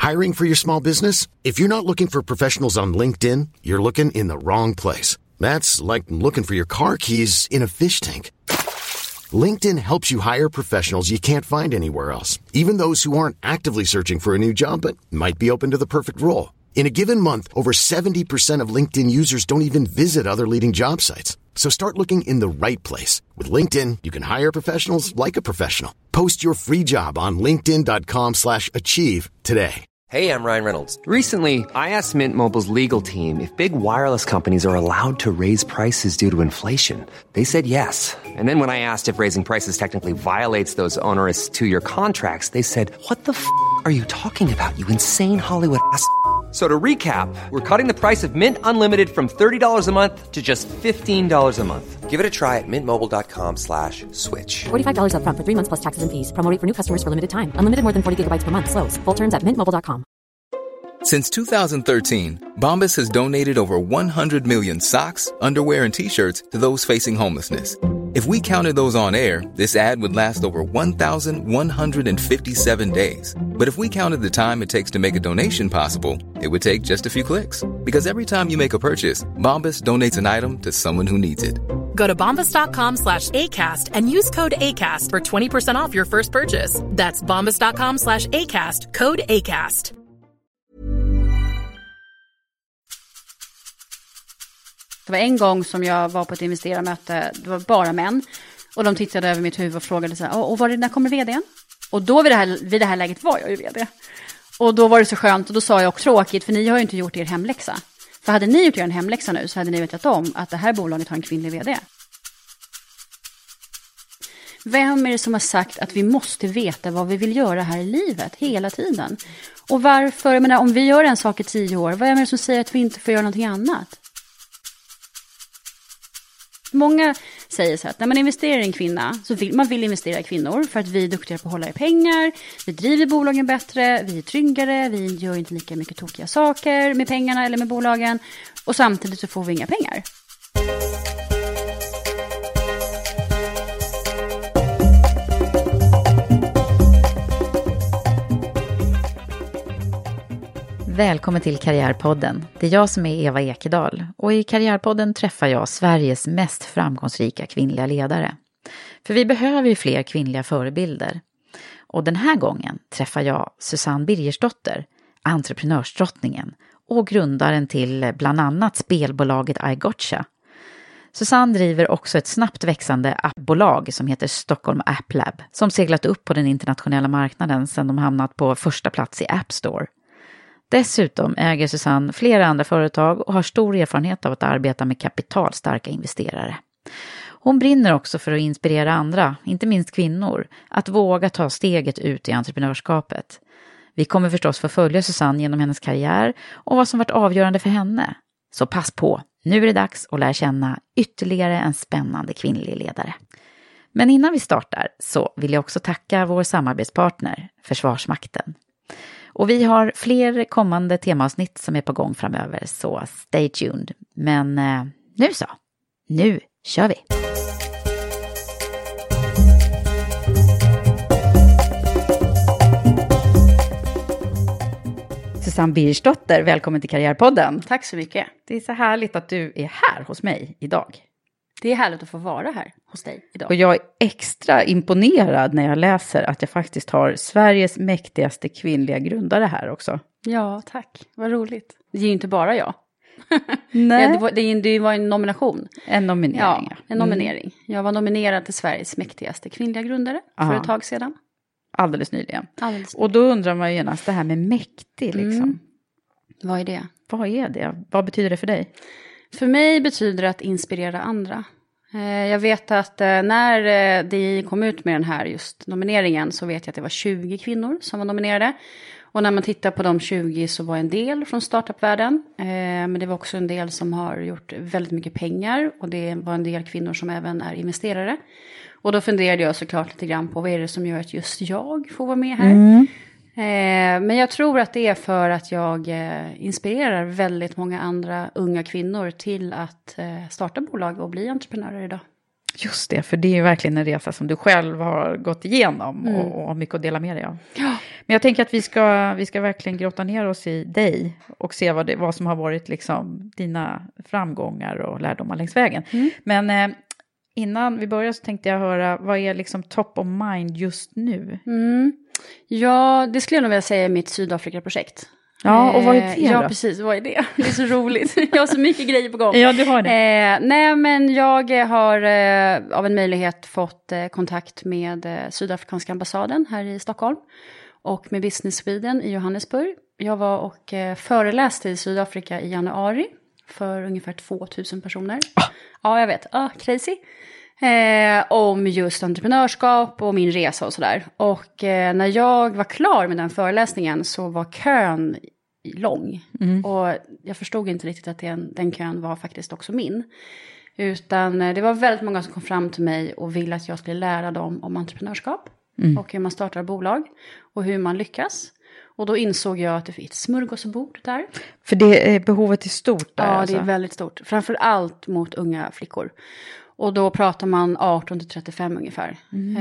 Hiring for your small business? If you're not looking for professionals on LinkedIn, you're looking in the wrong place. That's like looking for your car keys in a fish tank. LinkedIn helps you hire professionals you can't find anywhere else, even those who aren't actively searching for a new job but might be open to the perfect role. In a given month, over 70% of LinkedIn users don't even visit other leading job sites. So start looking in the right place. With LinkedIn, you can hire professionals like a professional. Post your free job on linkedin.com/achieve today. Hey, I'm Ryan Reynolds. Recently, I asked Mint Mobile's legal team if big wireless companies are allowed to raise prices due to inflation. They said yes. And then when I asked if raising prices technically violates those onerous two-year contracts, they said, "What the f*** are you talking about, you insane Hollywood ass?" So to recap, we're cutting the price of Mint Unlimited from $30 a month to just $15 a month. Give it a try at mintmobile.com/switch. $45 up front for 3 months plus taxes and fees. Promo rate for new customers for limited time. Unlimited more than 40 gigabytes per month. Slows full terms at mintmobile.com. Since 2013, Bombas has donated over 100 million socks, underwear, and T-shirts to those facing homelessness. If we counted those on air, this ad would last over 1,157 days. But if we counted the time it takes to make a donation possible, it would take just a few clicks. Because every time you make a purchase, Bombas donates an item to someone who needs it. Go to bombas.com/ACAST and use code ACAST for 20% off your first purchase. That's bombas.com/ACAST, code ACAST. Det var en gång som jag var på ett investerarmöte, det var bara män. Och de tittade över mitt huvud och frågade så här, och när kommer vdn? Och då vid det här läget var jag ju vd. Och då var det så skönt, och då sa jag också tråkigt, för ni har ju inte gjort er hemläxa. För hade ni gjort er hemläxa nu så hade ni vetat om att det här bolaget har en kvinnlig vd. Vem är det som har sagt att vi måste veta vad vi vill göra här i livet hela tiden? Och varför, jag menar, om vi gör en sak i 10 år, vad är det som säger att vi inte får göra någonting annat? Många säger så att när man investerar i en kvinna så vill man investera i kvinnor för att vi är duktiga på att hålla i pengar, vi driver bolagen bättre, vi är tryggare, vi gör inte lika mycket tokiga saker med pengarna eller med bolagen, och samtidigt så får vi inga pengar. Välkommen till Karriärpodden. Det är jag som är Eva Ekedal, och i Karriärpodden träffar jag Sveriges mest framgångsrika kvinnliga ledare. För vi behöver ju fler kvinnliga förebilder. Och den här gången träffar jag Susanne Birgersdotter, entreprenörsdrottningen och grundaren till bland annat spelbolaget iGotcha. Susanne driver också ett snabbt växande appbolag som heter Stockholm App Lab, som seglat upp på den internationella marknaden sedan de hamnat på första plats i App Store. Dessutom äger Susanne flera andra företag och har stor erfarenhet av att arbeta med kapitalstarka investerare. Hon brinner också för att inspirera andra, inte minst kvinnor, att våga ta steget ut i entreprenörskapet. Vi kommer förstås få följa Susanne genom hennes karriär och vad som varit avgörande för henne. Så pass på, nu är det dags att lära känna ytterligare en spännande kvinnlig ledare. Men innan vi startar så vill jag också tacka vår samarbetspartner, Försvarsmakten. Och vi har fler kommande temaavsnitt som är på gång framöver, så stay tuned. Men nu kör vi! Susanne Birgersdotter, välkommen till Karriärpodden. Tack så mycket. Det är så härligt att du är här hos mig idag. Det är härligt att få vara här hos dig idag. Och jag är extra imponerad när jag läser att jag faktiskt har Sveriges mäktigaste kvinnliga grundare här också. Ja, tack. Vad roligt. Det är ju inte bara jag. Nej. Ja, det var en nomination. En nominering. Ja, en nominering. Jag var nominerad till Sveriges mäktigaste kvinnliga grundare för ett tag sedan. Alldeles nyligen. Och då undrar man ju genast det här med mäktig liksom. Vad är det? Vad är det? Vad betyder det för dig? För mig betyder det att inspirera andra. Jag vet att när det kom ut med den här just nomineringen så vet jag att det var 20 kvinnor som var nominerade. Och när man tittar på de 20 så var en del från startupvärlden. Men det var också en del som har gjort väldigt mycket pengar. Och det var en del kvinnor som även är investerare. Och då funderade jag såklart lite grann på vad är det som gör att just jag får vara med här. Men jag tror att det är för att jag inspirerar väldigt många andra unga kvinnor till att starta bolag och bli entreprenörer idag. Just det, för det är ju verkligen en resa som du själv har gått igenom och har mycket att dela med dig av. Ja. Men jag tänker att vi ska verkligen grotta ner oss i dig och se vad som har varit liksom dina framgångar och lärdomar längs vägen. Men innan vi börjar så tänkte jag höra, vad är liksom top of mind just nu? Ja, det skulle jag nog vilja säga är mitt Sydafrika-projekt. Ja, och vad är det Ja, då? precis, vad är det? Det är så roligt. Jag har så mycket grejer på gång. Ja, du har det. Nej, men jag har av en möjlighet fått kontakt med sydafrikanska ambassaden här i Stockholm. Och med Business Sweden i Johannesburg. Jag var och föreläste i Sydafrika i januari för ungefär 2000 personer. Ja, jag vet. Crazy. Om just entreprenörskap och min resa och sådär. Och när jag var klar med den föreläsningen så var kön lång. Och jag förstod inte riktigt att den kön var faktiskt också min. Utan det var väldigt många som kom fram till mig och ville att jag skulle lära dem om entreprenörskap. Och hur man startar bolag och hur man lyckas. Och då insåg jag att det finns ett smörgåsbord där. För behovet är stort där. Ja, alltså. det är väldigt stort. Framförallt mot unga flickor. Och då pratar man 18-35 ungefär.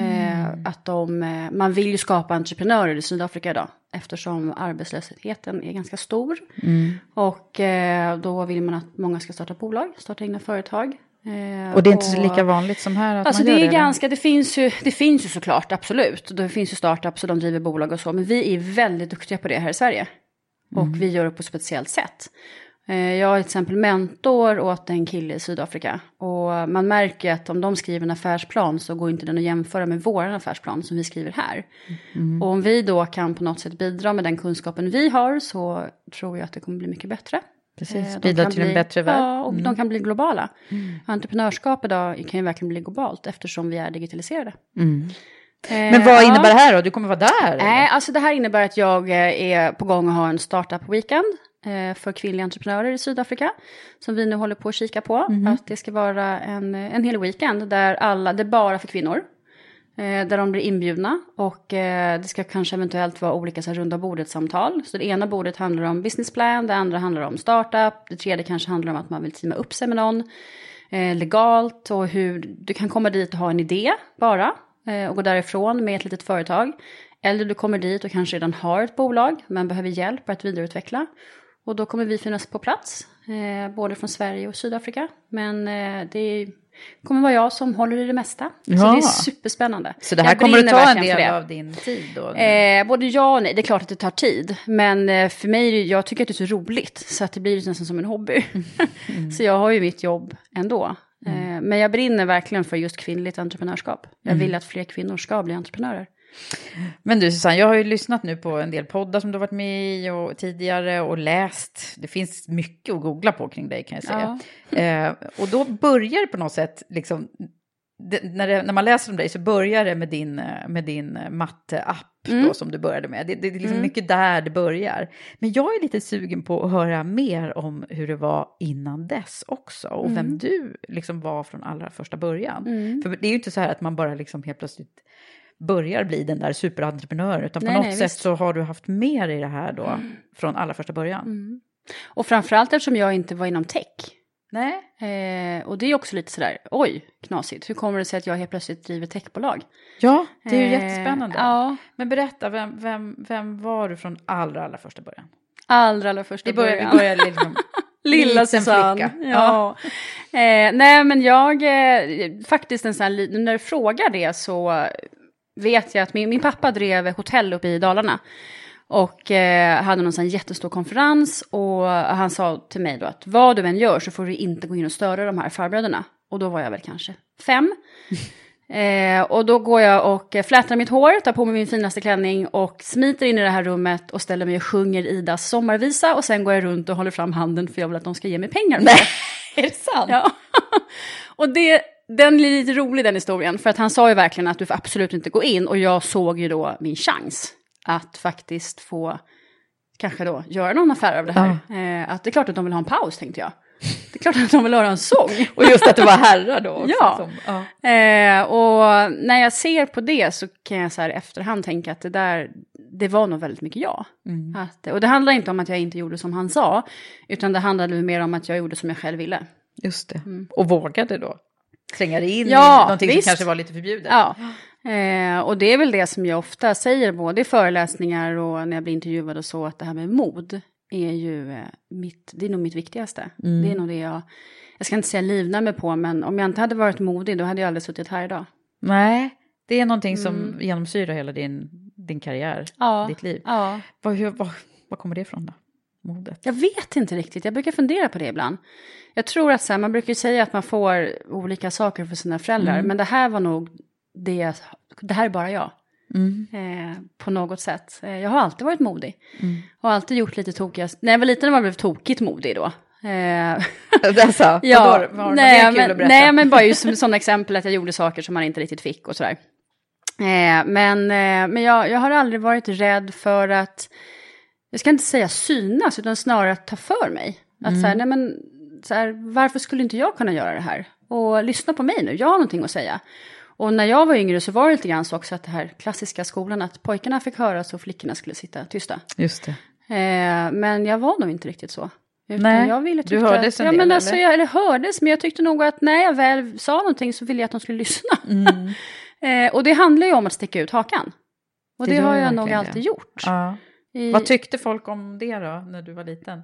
Att man vill ju skapa entreprenörer i Sydafrika idag. Eftersom arbetslösheten är ganska stor. Och då vill man att många ska starta bolag, starta egna företag. Och det är inte lika vanligt som här att alltså man gör det finns ju såklart, absolut. Det finns ju startups och de driver bolag och så. Men vi är väldigt duktiga på det här i Sverige. Och vi gör det på ett speciellt sätt. Jag har till exempel mentor åt en kille i Sydafrika. Och man märker att om de skriver en affärsplan så går inte den att jämföra med vår affärsplan som vi skriver här. Och om vi då kan på något sätt bidra med den kunskapen vi har så tror jag att det kommer bli mycket bättre. Precis, bidra till en bättre värld. Ja, och de kan bli globala. Entreprenörskap idag kan ju verkligen bli globalt eftersom vi är digitaliserade. Men vad innebär det här då? Du kommer vara där? Nej, alltså det här innebär att jag är på gång att ha en startup-weekend för kvinnliga entreprenörer i Sydafrika. Som vi nu håller på att kika på. Att det ska vara en hel weekend där det är bara för kvinnor. Där de blir inbjudna. Och det ska kanske eventuellt vara olika så här, runda bordet-samtal. Så det ena bordet handlar om businessplan. Det andra handlar om startup. Det tredje kanske handlar om att man vill teama upp sig med någon. Legalt och hur du kan komma dit och ha en idé bara. Och gå därifrån med ett litet företag. Eller du kommer dit och kanske redan har ett bolag. Men behöver hjälp att vidareutveckla. Och då kommer vi finnas på plats. Både från Sverige och Sydafrika. Men det kommer vara jag som håller i det mesta. Ja. Så det är superspännande. Så det här kommer att ta en del av din tid då? Både ja och nej. Det är klart att det tar tid. Men för mig, jag tycker att det är så roligt. Så att det blir nästan som en hobby. Så jag har ju mitt jobb ändå. Men jag brinner verkligen för just kvinnligt entreprenörskap. Jag vill att fler kvinnor ska bli entreprenörer. Men du Susanne, jag har ju lyssnat nu på en del poddar som du har varit med i och tidigare och läst. Det finns mycket att googla på kring dig kan jag säga. Ja. Och då börjar det på något sätt, liksom, när man läser om dig så börjar det med din matteapp då, som du började med. Det är liksom mycket där det börjar. Men jag är lite sugen på att höra mer om hur det var innan dess också. Och vem du liksom var från allra första början. För det är ju inte så här att man bara liksom helt plötsligt börjar bli den där superentreprenören. Utan på något sätt så har du haft mer i det här då från allra första början. Och framförallt eftersom jag inte var inom tech. Nej. Och det är också lite sådär, oj, knasigt. Hur kommer det sig att jag helt plötsligt driver techbolag? Ja, det är ju jättespännande. Ja. Men berätta, vem var du från allra första början? Allra första början. Vi börjar liksom... Lilla Susanne. Ja. Nej, men jag faktiskt en sån här, när du frågar det så vet jag att min pappa drev hotell uppe i Dalarna. Och hade någon sån jättestor konferens. Och han sa till mig då att vad du än gör så får du inte gå in och störa de här farbröderna. Och då var jag väl kanske 5. Och då går jag och flätar mitt hår, tar på mig min finaste klänning och smiter in i det här rummet och ställer mig och sjunger Idas sommarvisa. Och sen går jag runt och håller fram handen för jag vill att de ska ge mig pengar. Nej, är det sant? Ja. Och den är lite rolig den historien. För att han sa ju verkligen att du får absolut inte gå in. Och jag såg ju då min chans att faktiskt få kanske då göra någon affär av det här. Att det är klart att de vill ha en paus, tänkte jag. Det är klart att de vill höra en sång. Och just att det var herrar då också. Ja. Och när jag ser på det så kan jag så här efterhand tänka att det var nog väldigt mycket jag. Och det handlar inte om att jag inte gjorde som han sa. Utan det handlade mer om att jag gjorde som jag själv ville. Just det. Och vågade då. slänga det in i någonting som kanske var lite förbjudet. Ja, och det är väl det som jag ofta säger både i föreläsningar och när jag blir intervjuad och så, att det här med mod är ju det är nog mitt viktigaste. Det är nog det jag ska inte säga livnar mig på, men om jag inte hade varit modig då hade jag aldrig suttit här idag. Nej, det är någonting som genomsyrar hela din karriär, ditt liv. Ja. Vad kommer det ifrån då? Modet? Jag vet inte riktigt, jag brukar fundera på det ibland. Jag tror att man brukar säga att man får olika saker för sina föräldrar, men det här var nog det här är bara jag. På något sätt. Jag har alltid varit modig. Och alltid gjort lite tokiga. När jag var liten var jag blev tokigt modig då. Alltså, ja, nej, men bara ju som sådana exempel att jag gjorde saker som man inte riktigt fick och sådär. Men jag har aldrig varit rädd för att, jag ska inte säga synas, utan snarare att ta för mig. Att varför skulle inte jag kunna göra det här? Och lyssna på mig nu, jag har någonting att säga. Och när jag var yngre så var det lite grann så också att det här klassiska skolan, att pojkarna fick höra så flickorna skulle sitta tysta. Just det. Men jag var nog inte riktigt så. Nej, jag ville du hördes en del, men alltså, eller hördes, men jag tyckte nog att när jag väl sa någonting så ville jag att de skulle lyssna. Och det handlar ju om att sticka ut hakan. Och det har jag nog alltid gjort. Ja. Vad tyckte folk om det då, när du var liten?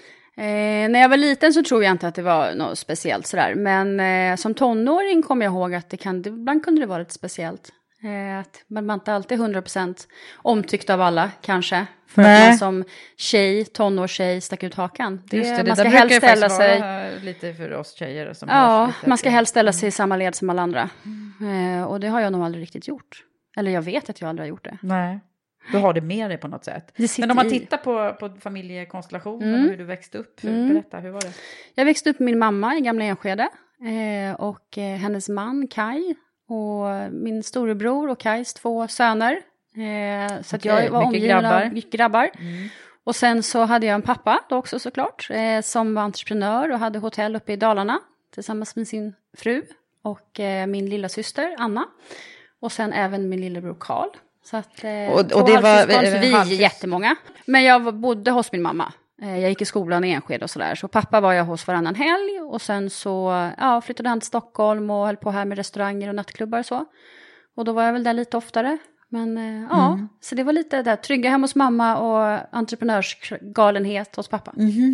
När jag var liten så tror jag inte att det var något speciellt sådär. Men som tonåring kommer jag ihåg att ibland kunde det vara lite speciellt. Att man inte alltid 100% omtyckt av alla kanske. För att man som tonårstjej stack ut hakan. Man ska helst ställa sig lite för oss tjejer. Som man ska helst ställa sig i samma led som alla andra. Och det har jag nog aldrig riktigt gjort. Eller jag vet att jag aldrig har gjort det. Nej. Du har det med dig på något sätt. Men om man tittar på familjekonstellationen och hur du växte upp, berätta, hur var det? Jag växte upp med min mamma i Gamla Enskede och hennes man Kai och min storebror och Kais 2 söner. Så att jag var omgiven av mycket grabbar. Och sen så hade jag en pappa då också såklart som var entreprenör och hade hotell uppe i Dalarna tillsammans med sin fru och min lilla syster Anna. Och sen även min lillebror Karl. Så att, och det var vi är jättemånga. Men jag bodde hos min mamma. Jag gick i skolan i Enskede och sådär. Så pappa var jag hos varannan helg. Och sen så flyttade han till Stockholm och höll på här med restauranger och nattklubbar och så. Och då var jag väl där lite oftare. Men så det var lite där trygga hem hos mamma och entreprenörsgalenhet hos pappa.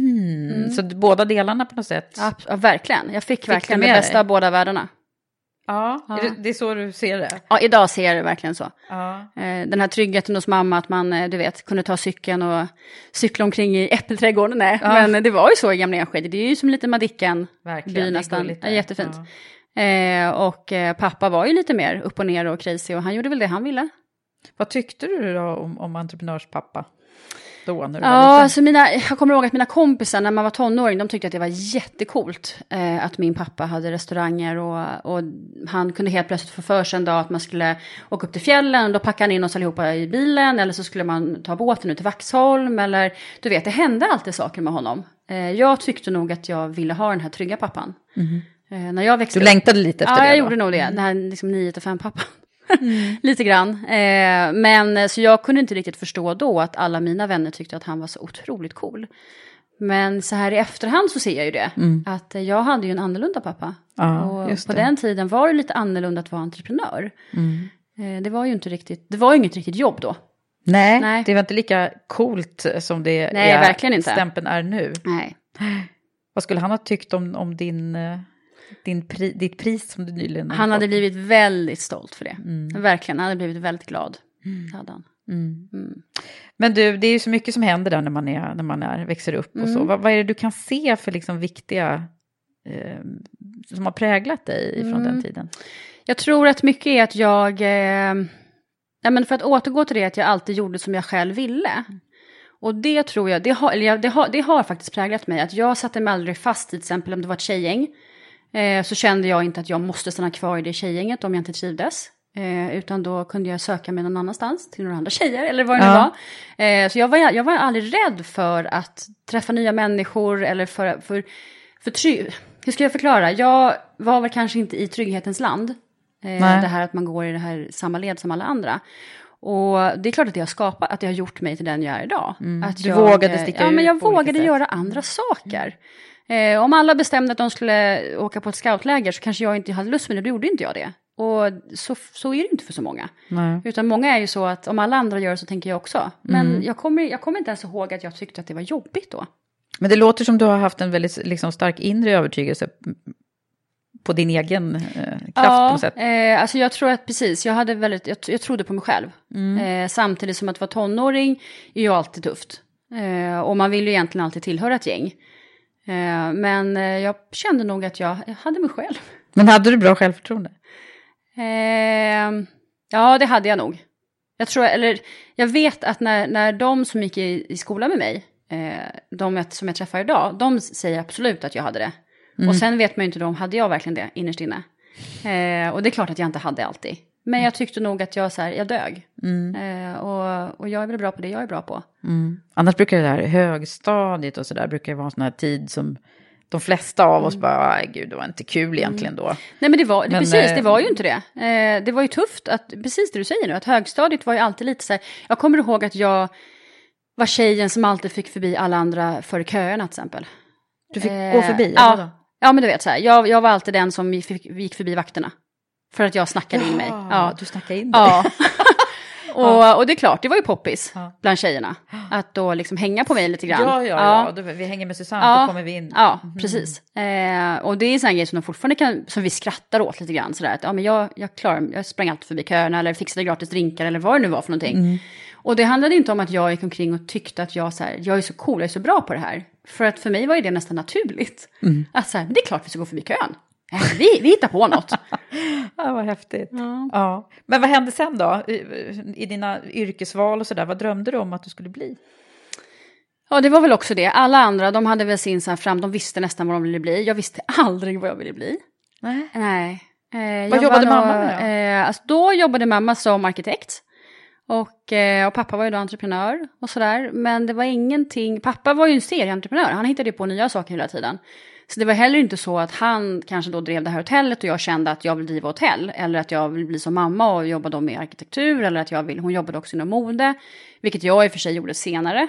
Så båda delarna på något sätt? Ja, verkligen. Jag fick verkligen det bästa av båda världarna. Ja. Det är så du ser det? Ja, idag ser jag det verkligen så. Ja. Den här tryggheten hos mamma, att man, kunde ta cykeln och cykla omkring i äppelträdgården. Men det var ju så i Gamla Enskede. Det är ju som lite Madicken by nästan. Ja, jättefint. Ja. Och pappa var ju lite mer upp och ner och crazy och han gjorde väl det han ville. Vad tyckte du då om entreprenörspappa? Då, när du alltså jag kommer ihåg att mina kompisar när man var tonåring, de tyckte att det var jättekult att min pappa hade restauranger och han kunde helt plötsligt få för sig en dag att man skulle åka upp till fjällen och då packade han in oss allihopa i bilen eller så skulle man ta båten ut till Vaxholm eller det hände alltid saker med honom. Jag tyckte nog att jag ville ha den här trygga pappan. När jag växte du längtade lite efter det? Ja, jag gjorde nog det. Den här 9-5 pappan. Lite grann. Men så jag kunde inte riktigt förstå då att alla mina vänner tyckte att han var så otroligt cool. Men så här i efterhand så ser jag ju det. Att jag hade ju en annorlunda pappa. Och på den tiden var det lite annorlunda att vara entreprenör. Det var ju inte riktigt, det var ju inget riktigt jobb då. Nej, det var inte lika coolt som det verkligen inte. Stämpeln är nu. Nej. Vad skulle han ha tyckt om ditt pris som du nyligen han hade blivit väldigt stolt för det. Verkligen, han hade blivit väldigt glad. Hade han. Men du, det är ju så mycket som händer där när man växer upp och så. Vad är det du kan se för liksom viktiga som har präglat dig från den tiden? Jag tror att mycket är att jag men för att återgå till det att jag alltid gjorde som jag själv ville. Och det tror jag, det har faktiskt präglat mig. Att jag satte mig aldrig fast, till exempel om det var ett tjejgäng. Så kände jag inte att jag måste stanna kvar i det tjejgänget om jag inte trivdes. Utan då kunde jag söka mig någon annanstans till några andra tjejer eller vad det nu var. Så jag var aldrig rädd för att träffa nya människor eller för hur ska jag förklara? Jag var väl kanske inte i trygghetens land. Det här att man går i det här samma led som alla andra. Och det är klart att det har skapat, att det har gjort mig till den jag är idag. Att du vågade sticka ut. Ja, men jag vågade göra andra saker. Om alla bestämde att de skulle åka på ett scoutläger så kanske jag inte hade lust med det, då gjorde inte jag det. Och så är det inte för så många. Nej. Utan många är ju så att om alla andra gör så tänker jag också. Men jag kommer inte ens ihåg att jag tyckte att det var jobbigt då. Men det låter som du har haft en väldigt liksom, stark inre övertygelse på din egen kraft på något sätt. Alltså jag tror att precis, jag trodde på mig själv. Samtidigt som att vara tonåring är ju alltid tufft. Och man vill ju egentligen alltid tillhöra ett gäng. Men jag kände nog att jag hade mig själv. Men hade du bra självförtroende? Ja, det hade jag nog. Jag vet att när de som gick i skolan med mig, de som jag träffar idag, de säger absolut att jag hade det. Och sen vet man ju inte hade jag verkligen det innerst inne. Och det är klart att jag inte hade alltid. Men jag tyckte nog att jag dög. Och jag är väl bra på det jag är bra på. Annars brukar det här högstadiet och sådär brukar vara en sån här tid som de flesta av oss bara, gud det var inte kul egentligen då. Nej men det var ju inte det. Det var ju tufft, precis det du säger nu, att högstadiet var ju alltid lite så här. Jag kommer ihåg att jag var tjejen som alltid fick förbi alla andra före köerna till exempel. Du fick gå förbi? Ja, men du vet så här, jag var alltid den som gick förbi vakterna. För att jag snackade in mig. Ja, du snackade in dig. Ja. Och det är klart, det var ju poppis bland tjejerna. Att då liksom hänga på mig lite grann. Ja. Vi hänger med Susanne, då kommer vi in. Ja, precis. Och det är en sån grej som de fortfarande som vi skrattar åt lite grann. Sådär, att men jag sprang alltid förbi köerna eller fixade gratis drinkar eller vad det nu var för någonting. Och det handlade inte om att jag gick omkring och tyckte att jag är så cool, jag är så bra på det här. För att för mig var ju det nästan naturligt. Att men det är klart vi ska gå förbi kön. Vi hittar på något. Ja, vad häftigt. Ja. Men vad hände sen då? I dina yrkesval och sådär, vad drömde du om att du skulle bli? Ja, det var väl också det. Alla andra, de hade väl sin så här fram, de visste nästan vad de ville bli. Jag visste aldrig vad jag ville bli. Nej. Vad jobbade mamma med då? Då jobbade mamma som arkitekt. Och pappa var ju då entreprenör och sådär. Men det var ingenting, pappa var ju en serieentreprenör. Han hittade på nya saker hela tiden. Så det var heller inte så att han kanske då drev det här hotellet och jag kände att jag vill driva hotell. Eller att jag vill bli som mamma och jobba då med arkitektur. Eller att hon jobbade också inom mode. Vilket jag i och för sig gjorde senare.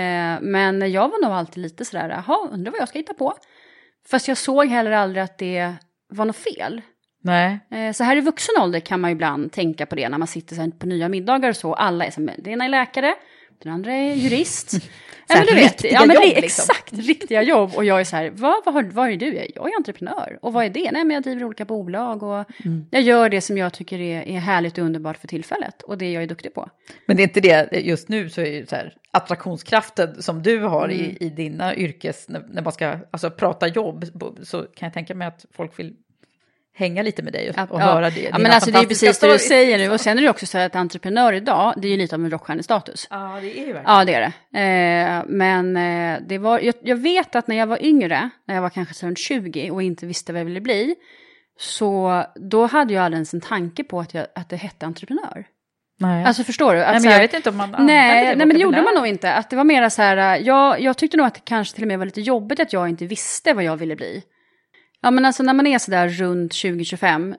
Men jag var nog alltid lite sådär, undrar vad jag ska hitta på. Fast jag såg heller aldrig att det var något fel. Nej. Så här i vuxen ålder kan man ju ibland tänka på det när man sitter så här på nya middagar och så. Alla är som, den ena är läkare, den andra är jurist. Men du vet, jobb, liksom. Exakt, riktiga jobb. Och jag är så här, vad är du? Jag är entreprenör. Och vad är det? Nej, men jag driver olika bolag och jag gör det som jag tycker är härligt och underbart för tillfället. Och det jag är duktig på. Men det är inte det, just nu så är ju så här, attraktionskraften som du har i dina yrkes, när man ska prata jobb, så kan jag tänka mig att folk vill hänga lite med dig och höra det. Ja, men alltså det är precis det du säger nu. Och sen är det också så att entreprenör idag, det är ju lite av en rockstjärnestatus. Ja, det är ju verkligen. Ja, det är det. Men det var, jag vet att när jag var yngre, när jag var kanske runt 20 och inte visste vad jag ville bli, så då hade jag aldrig ens en tanke på att det hette entreprenör. Nej. Alltså förstår du? Att, nej, men jag vet inte om man nej, men det gjorde man nog inte. Att det var mera så här, jag tyckte nog att det kanske till och med var lite jobbigt att jag inte visste vad jag ville bli. Ja, men alltså när man är så där runt 20-25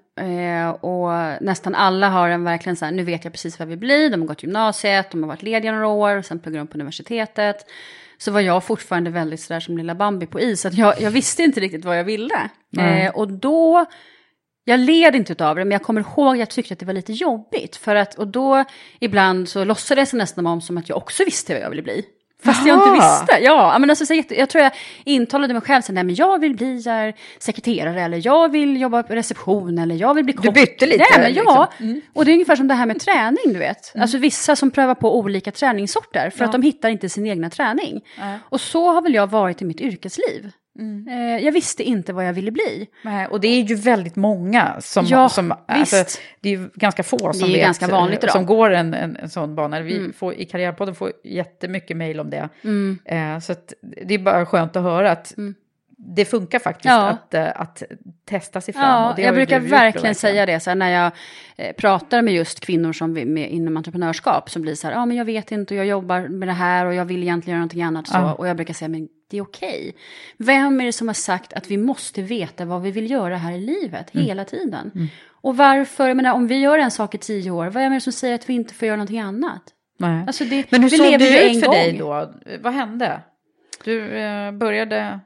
och nästan alla har en verkligen så här, nu vet jag precis vad vi blir, de har gått gymnasiet, de har varit lediga några år och sen pluggar de på universitetet. Så var jag fortfarande väldigt så där som lilla Bambi på is, att jag visste inte riktigt vad jag ville. Och då, jag led inte av det, men jag kommer ihåg att jag tyckte att det var lite jobbigt. För att, och då ibland så låtsades det nästan om som att jag också visste vad jag ville bli. Fast jag inte visste. Ja, men alltså, jag tror jag intalade mig själv så nej, men jag vill bli sekreterare eller jag vill jobba på reception eller jag vill bli kock. Du bytte lite. Nej, men ja, och det är ungefär som det här med träning, du vet. Alltså vissa som prövar på olika träningssorter för att de hittar inte sin egna träning. Och så har väl jag varit i mitt yrkesliv. Jag visste inte vad jag ville bli. Och det är ju väldigt många som alltså, det är ju ganska få som vet, ganska vanligt idag, som går en sån bana. Vi får i Karriärpodden får jättemycket mejl om det. Så att det är bara skönt att höra att det funkar faktiskt att testa sig fram. Ja, och det jag brukar verkligen säga det så här, när jag pratar med just kvinnor som inom entreprenörskap som blir så här, men jag vet inte och jag jobbar med det här och jag vill egentligen göra någonting annat. Så. Och jag brukar säga, men det är okej. Vem är det som har sagt att vi måste veta vad vi vill göra här i livet hela tiden? Och varför, jag menar, om vi gör en sak i 10 år, vad är det som säger att vi inte får göra någonting annat? Nej. Alltså men hur såg det ut för dig då? Vad hände? Du började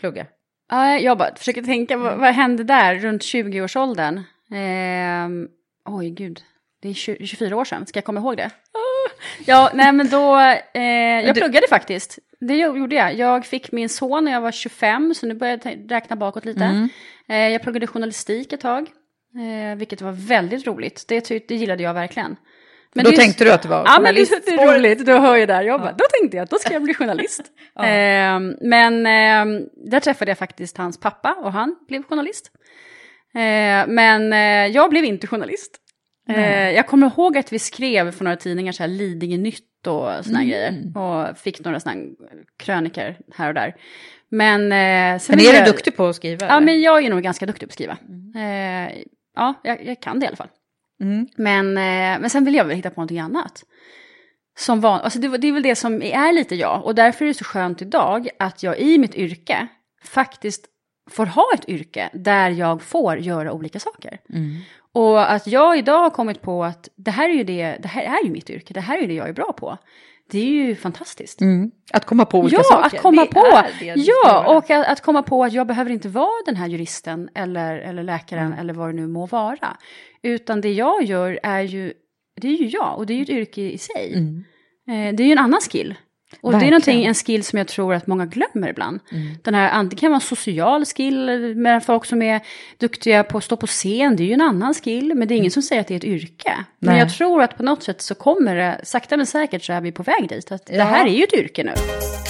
plugga? Ja, jag bara försöker tänka, vad hände där runt 20-årsåldern? Oj gud, det är 24 år sedan, ska jag komma ihåg det? Ja, nej men då, jag pluggade faktiskt. Det gjorde jag. Jag fick min son när jag var 25, så nu börjar jag räkna bakåt lite. Jag pluggade journalistik ett tag, vilket var väldigt roligt. Det gillade jag verkligen. Men då tänkte du att det var journalist? Ja, men det är roligt. Då hör jag där. Då tänkte jag att då ska jag bli journalist. Men där träffade jag faktiskt hans pappa och han blev journalist. Men jag blev inte journalist. Jag kommer ihåg att vi skrev för några tidningar så här Lidingö Nytt och såna grejer. Och fick några såna kröniker här och där. Men är du duktig på att skriva? Ja, men jag är nog ganska duktig på att skriva. Ja, jag kan det i alla fall. Men sen vill jag väl hitta på någonting annat. Alltså det är väl det som är lite jag. Och därför är det så skönt idag att jag i mitt yrke faktiskt får ha ett yrke där jag får göra olika saker. Och att jag idag har kommit på att det här är ju mitt yrke. Det här är ju det jag är bra på. Det är ju fantastiskt. Att komma på olika saker. Att komma på. Ja, och att komma på att jag behöver inte vara den här juristen eller läkaren eller vad det nu må vara. Utan det jag gör det är ju jag, och det är ju ett yrke i sig. Det är ju en annan skill. Och verkligen. Det är en skill som jag tror att många glömmer ibland. Den här, antingen kan vara en social skill med folk som är duktiga på att stå på scen. Det är ju en annan skill, men det är ingen som säger att det är ett yrke. Nej. Men jag tror att på något sätt så kommer det, sakta men säkert så är vi på väg dit. Att det här är ju ett yrke nu.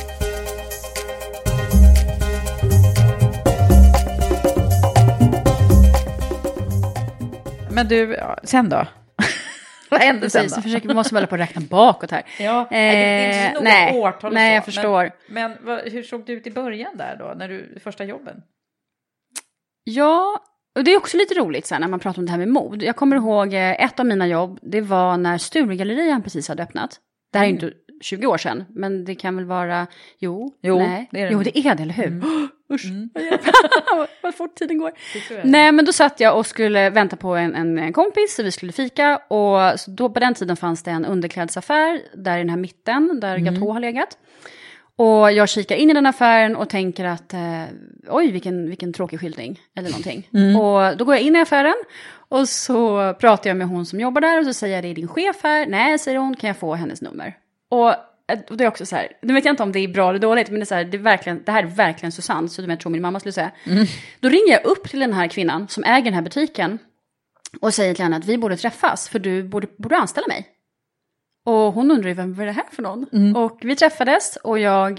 Men du, sen då? Vad hände sen då? Vi måste väl på att räkna bakåt här. Ja, det är inte så några årtal. Nej, jag förstår. Men hur såg det ut i början där då, när du första jobben? Ja, och det är också lite roligt sen när man pratar om det här med mod. Jag kommer ihåg ett av mina jobb, det var när Sturegallerian precis hade öppnat. Det här är inte 20 år sedan, men det kan väl vara, det är det, eller hur? Usch, vad fort tiden går. Nej, men då satt jag och skulle vänta på en kompis, så vi skulle fika. Och så då på den tiden fanns det en underklädsaffär där i den här mitten, där Gatå har legat. Och jag kikar in i den affären och tänker att oj, vilken tråkig skyltning eller någonting. Och då går jag in i affären och så pratar jag med hon som jobbar där och så säger jag, det är din chef här. Nej, säger hon, kan jag få hennes nummer? Och det är också så här, nu vet jag inte om det är bra eller dåligt, men det är så här, det här är verkligen så sant, så jag tror min mamma skulle säga. Då ringer jag upp till den här kvinnan som äger den här butiken och säger till henne att vi borde träffas, för du borde anställa mig. Och hon undrar ju, vem var det här för någon? Och vi träffades och jag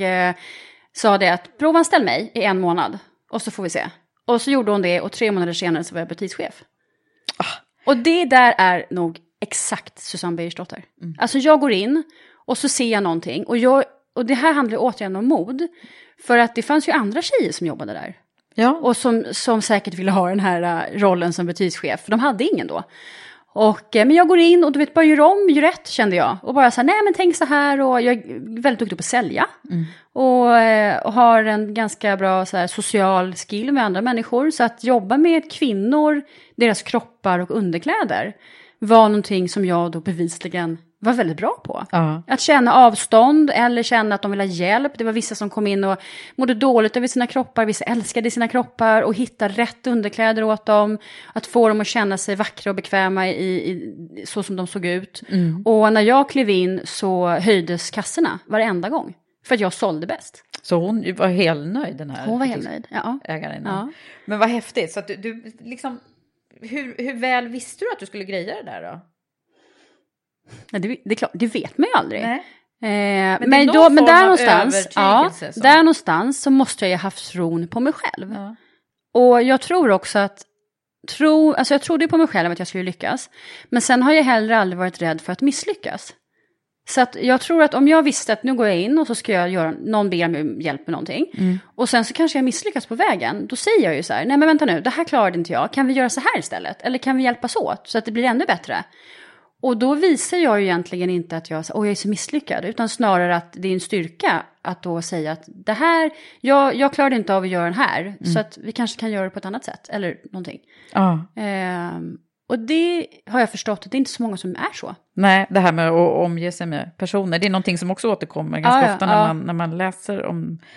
sa det att provanställ mig i 1 månad och så får vi se. Och så gjorde hon det och 3 månader senare så var jag butikschef. Och det där är nog exakt Susanne Beijersdotter. Alltså jag går in och så ser jag någonting. Och det här handlar återigen om mod. För att det fanns ju andra tjejer som jobbade där. Ja. Och som säkert ville ha den här rollen som butikschef. För de hade ingen då. Men jag går in och du vet, bara gör rätt, kände jag. Och bara så här, nej men tänk så här. Och jag är väldigt duktig på att sälja. Och har en ganska bra så här, social skill med andra människor. Så att jobba med kvinnor, deras kroppar och underkläder var någonting som jag då bevisligen var väldigt bra på. Att känna avstånd eller känna att de vill ha hjälp. Det var vissa som kom in och mådde dåligt över sina kroppar. Vissa älskade sina kroppar och hitta rätt underkläder åt dem. Att få dem att känna sig vackra och bekväma i så som de såg ut. Och när jag klev in så höjdes kassorna varenda gång. För att jag sålde bäst. Så hon var helt nöjd, den här? Hon var helt nöjd, ja. Ägaren. Ja. Men vad häftigt. Så att du liksom, hur väl visste du att du skulle greja det där då? Det är klart, det vet man ju aldrig. Men där någonstans så måste jag ju ha haft tron på mig själv. Och jag tror också att jag trodde på mig själv att jag skulle lyckas. Men sen har jag heller aldrig varit rädd för att misslyckas. Så att jag tror att om jag visste att nu går jag in och så ska jag göra, någon ber mig hjälp med någonting. Och sen så kanske jag misslyckas på vägen. Då säger jag ju så här, nej men vänta nu, det här klarade inte jag. Kan vi göra så här istället? Eller kan vi hjälpas åt så att det blir ännu bättre? Och då visar jag ju egentligen inte att jag är så misslyckad. Utan snarare att det är en styrka att då säga att det här, jag klarade inte av att göra den här. Så att vi kanske kan göra det på ett annat sätt. Eller någonting. Och det har jag förstått att det är inte så många som är så. Nej, det här med att omge sig med personer. Det är någonting som också återkommer ganska ofta när man läser om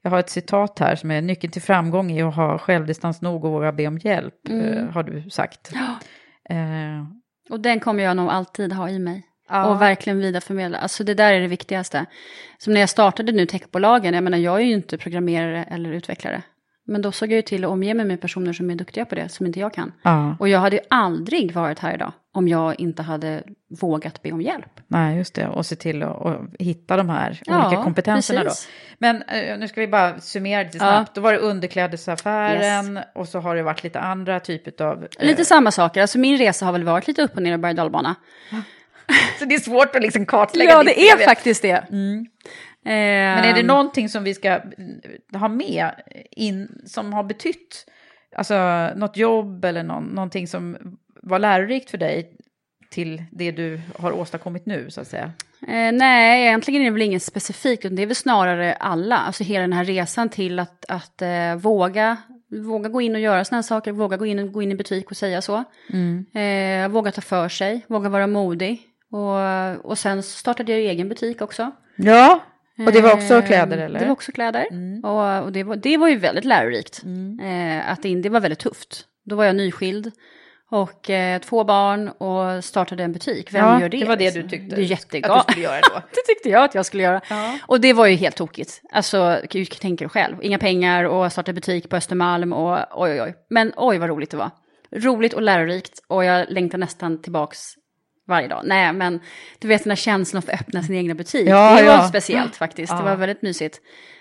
Jag har ett citat här som är: nyckeln till framgång är att ha självdistans nog och våga be om hjälp, har du sagt. Och den kommer jag nog alltid ha i mig. Och verkligen vidareförmedla. Alltså det där är det viktigaste. Som när jag startade nu techbolagen, jag menar jag är ju inte programmerare eller utvecklare. Men då såg jag ju till att omge mig med personer som är duktiga på det, som inte jag kan. Och jag hade ju aldrig varit här idag om jag inte hade vågat be om hjälp. Nej, just det. Och se till att hitta de här olika kompetenserna precis. då. Men nu ska vi bara summera lite snabbt. Då var det underklädesaffären och så har det varit lite andra typer av... Lite samma saker. Alltså min resa har väl varit lite upp och ner i berg- och dalbana. Så det är svårt att liksom kartlägga. Ja, det är faktiskt det. Men är det någonting som vi ska ha med som har betytt, alltså något jobb eller någonting som var lärorikt för dig till det du har åstadkommit nu, så att säga? Nej, egentligen är det väl inget specifikt. Det är väl snarare alla. Alltså hela den här resan till att våga gå in och göra såna här saker. Våga gå in i butik och säga så. Våga ta för sig. Våga vara modig. Och sen startade jag egen butik också. Ja, och det var också kläder eller? Det var också kläder. Och det var ju väldigt lärorikt. Det var väldigt tufft. Då var jag nyskild. Och 2 barn och startade en butik. Vem gör det? Det var det du tyckte. Det är jättegalt. Att du skulle göra då. Det tyckte jag att jag skulle göra. Och det var ju helt tokigt. Alltså, du tänker själv. Inga pengar och starta butik på Östermalm och oj. Men oj vad roligt det var. Roligt och lärorikt. Och jag längtar nästan tillbaks varje dag. Nej, men du vet den här känslan av att öppna sin egna butik. Det var speciellt faktiskt. Det var väldigt mysigt.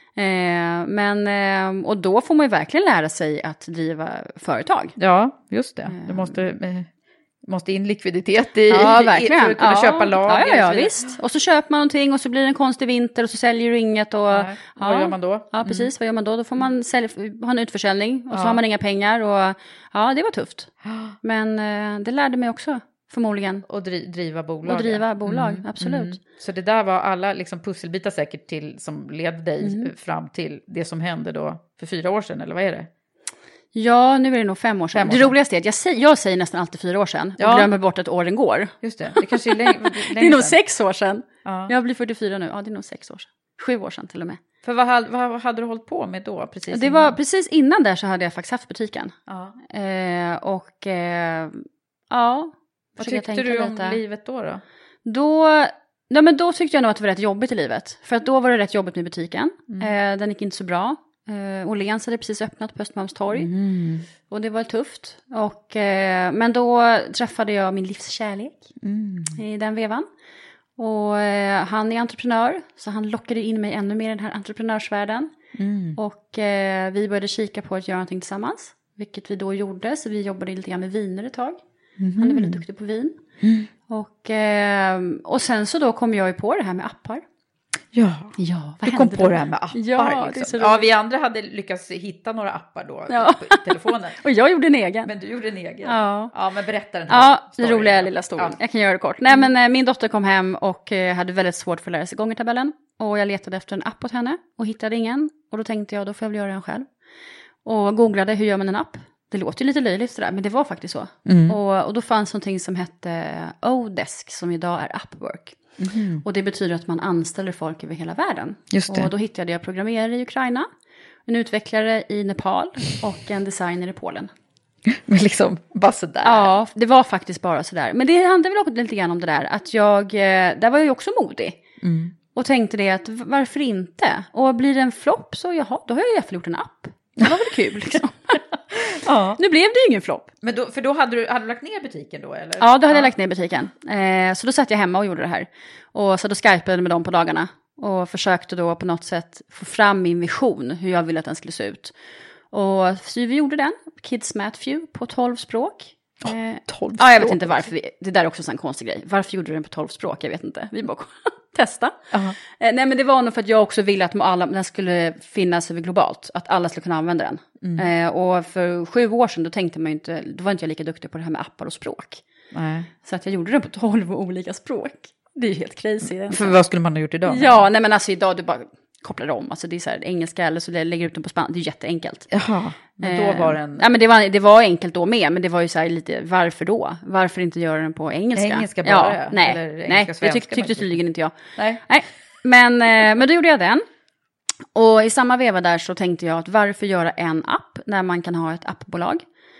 Och då får man ju verkligen lära sig att driva företag. Ja, just det. Du måste in likviditet i verkligen. för att kunna köpa lager. Ja, visst. Och så köper man någonting och så blir det en konstig vinter och så säljer du inget. Och, vad gör man då? Ja, precis. Vad gör man då? Då får man ha en utförsäljning och så har man inga pengar. Och, det var tufft. Men det lärde mig också. Förmodligen. Och driva bolag. Och driva bolag, absolut. Så det där var alla liksom pusselbitar säkert som ledde dig fram till det som hände då för 4 år sedan, eller vad är det? Ja, nu är det nog 5 år sedan. Det roligaste är att jag säger nästan alltid 4 år sedan. Och glömmer bort att åren går. Just det, det kanske är längre. Det är nog 6 år sedan. Jag blir 44 nu. Ja, det är nog 6 år sedan. 7 år sedan till och med. För vad hade du hållit på med då? Precis innan där så hade jag faktiskt haft butiken. Vad tyckte du om livet då? Då tyckte jag nog att det var rätt jobbigt i livet. För att då var det rätt jobbigt med butiken. Den gick inte så bra. Åhléns hade precis öppnat på Östermalmstorg. Och det var tufft. Men då träffade jag min livskärlek i den vevan. Och han är entreprenör. Så han lockade in mig ännu mer i den här entreprenörsvärlden. Och vi började kika på att göra någonting tillsammans. Vilket vi då gjorde. Så vi jobbade lite grann med viner ett tag. Han är väldigt duktig på vin. Och sen så då kom jag ju på det här med appar. Ja, du kom på det här med appar. Ja, liksom. Vi andra hade lyckats hitta några appar då på telefonen. Och jag gjorde en egen. Men du gjorde en egen. Ja, men berätta den här storyn. Den roliga lilla storyn. Jag kan göra det kort. Nej, men min dotter kom hem och hade väldigt svårt för att lära sig gångertabellen. Och jag letade efter en app åt henne och hittade ingen. Och då tänkte jag, då får jag väl göra den själv. Och googlade, hur gör man en app? Det låter ju lite löjligt sådär, men det var faktiskt så. Och då fanns någonting som hette Odesk, som idag är Upwork. Och det betyder att man anställer folk över hela världen. Just det. Och då hittade jag programmerare i Ukraina, en utvecklare i Nepal och en designer i Polen. Men liksom bara sådär. Ja, det var faktiskt bara sådär. Men det handlade väl också lite grann om det där, att där var jag ju också modig. Och tänkte det att varför inte? Och blir det en flopp så då har jag i alla fall gjort en app. Det var väl kul liksom. Nu blev det ju ingen flopp. Men då hade du lagt ner butiken då, eller? Ja, då hade jag lagt ner butiken. Så då satt jag hemma och gjorde det här. Och så då skypade jag med dem på dagarna. Och försökte då på något sätt få fram min vision. Hur jag ville att den skulle se ut. Och så vi gjorde den. Kids Matthew på 12 språk. 12 språk? Ja, jag vet inte varför. Det där är också en konstig grej. Varför gjorde du den på 12 språk? Jag vet inte. Vi bara testa. Nej, men det var nog för att jag också ville att den skulle finnas över globalt. Att alla skulle kunna använda den. Och för 7 år sedan då tänkte man ju inte, då var inte jag lika duktig på det här med appar och språk. Nej. Så att jag gjorde den på 12 olika språk. Det är ju helt crazy. För vad skulle man ha gjort idag? Ja, nej men alltså idag du bara kopplar om. Alltså det är så här engelska eller så lägger ut den på spanska. Det är jätteenkelt. Jaha, men då var den... Ja, men det var enkelt då med. Men det var ju så här lite, varför då? Varför inte göra den på engelska? Engelska bara? Ja, nej, eller nej, engelska, det tyckte tydligen inte jag. Nej. Men då gjorde jag den. Och i samma veva där så tänkte jag att varför göra en app när man kan ha ett appbolag?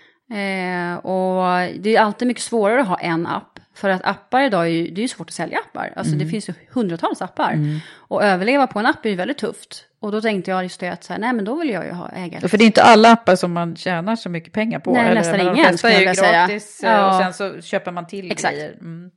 Och det är alltid mycket svårare att ha en app. För att appar idag, det är ju svårt att sälja appar. Alltså det finns ju hundratals appar. Och överleva på en app är ju väldigt tufft. Och då tänkte jag just det att så här, nej men då vill jag ju ha ägare. För det är inte alla appar som man tjänar så mycket pengar på. Nej, eller? Nästan Men ingen skulle jag säga. Gratis, och sen så köper man till grejer.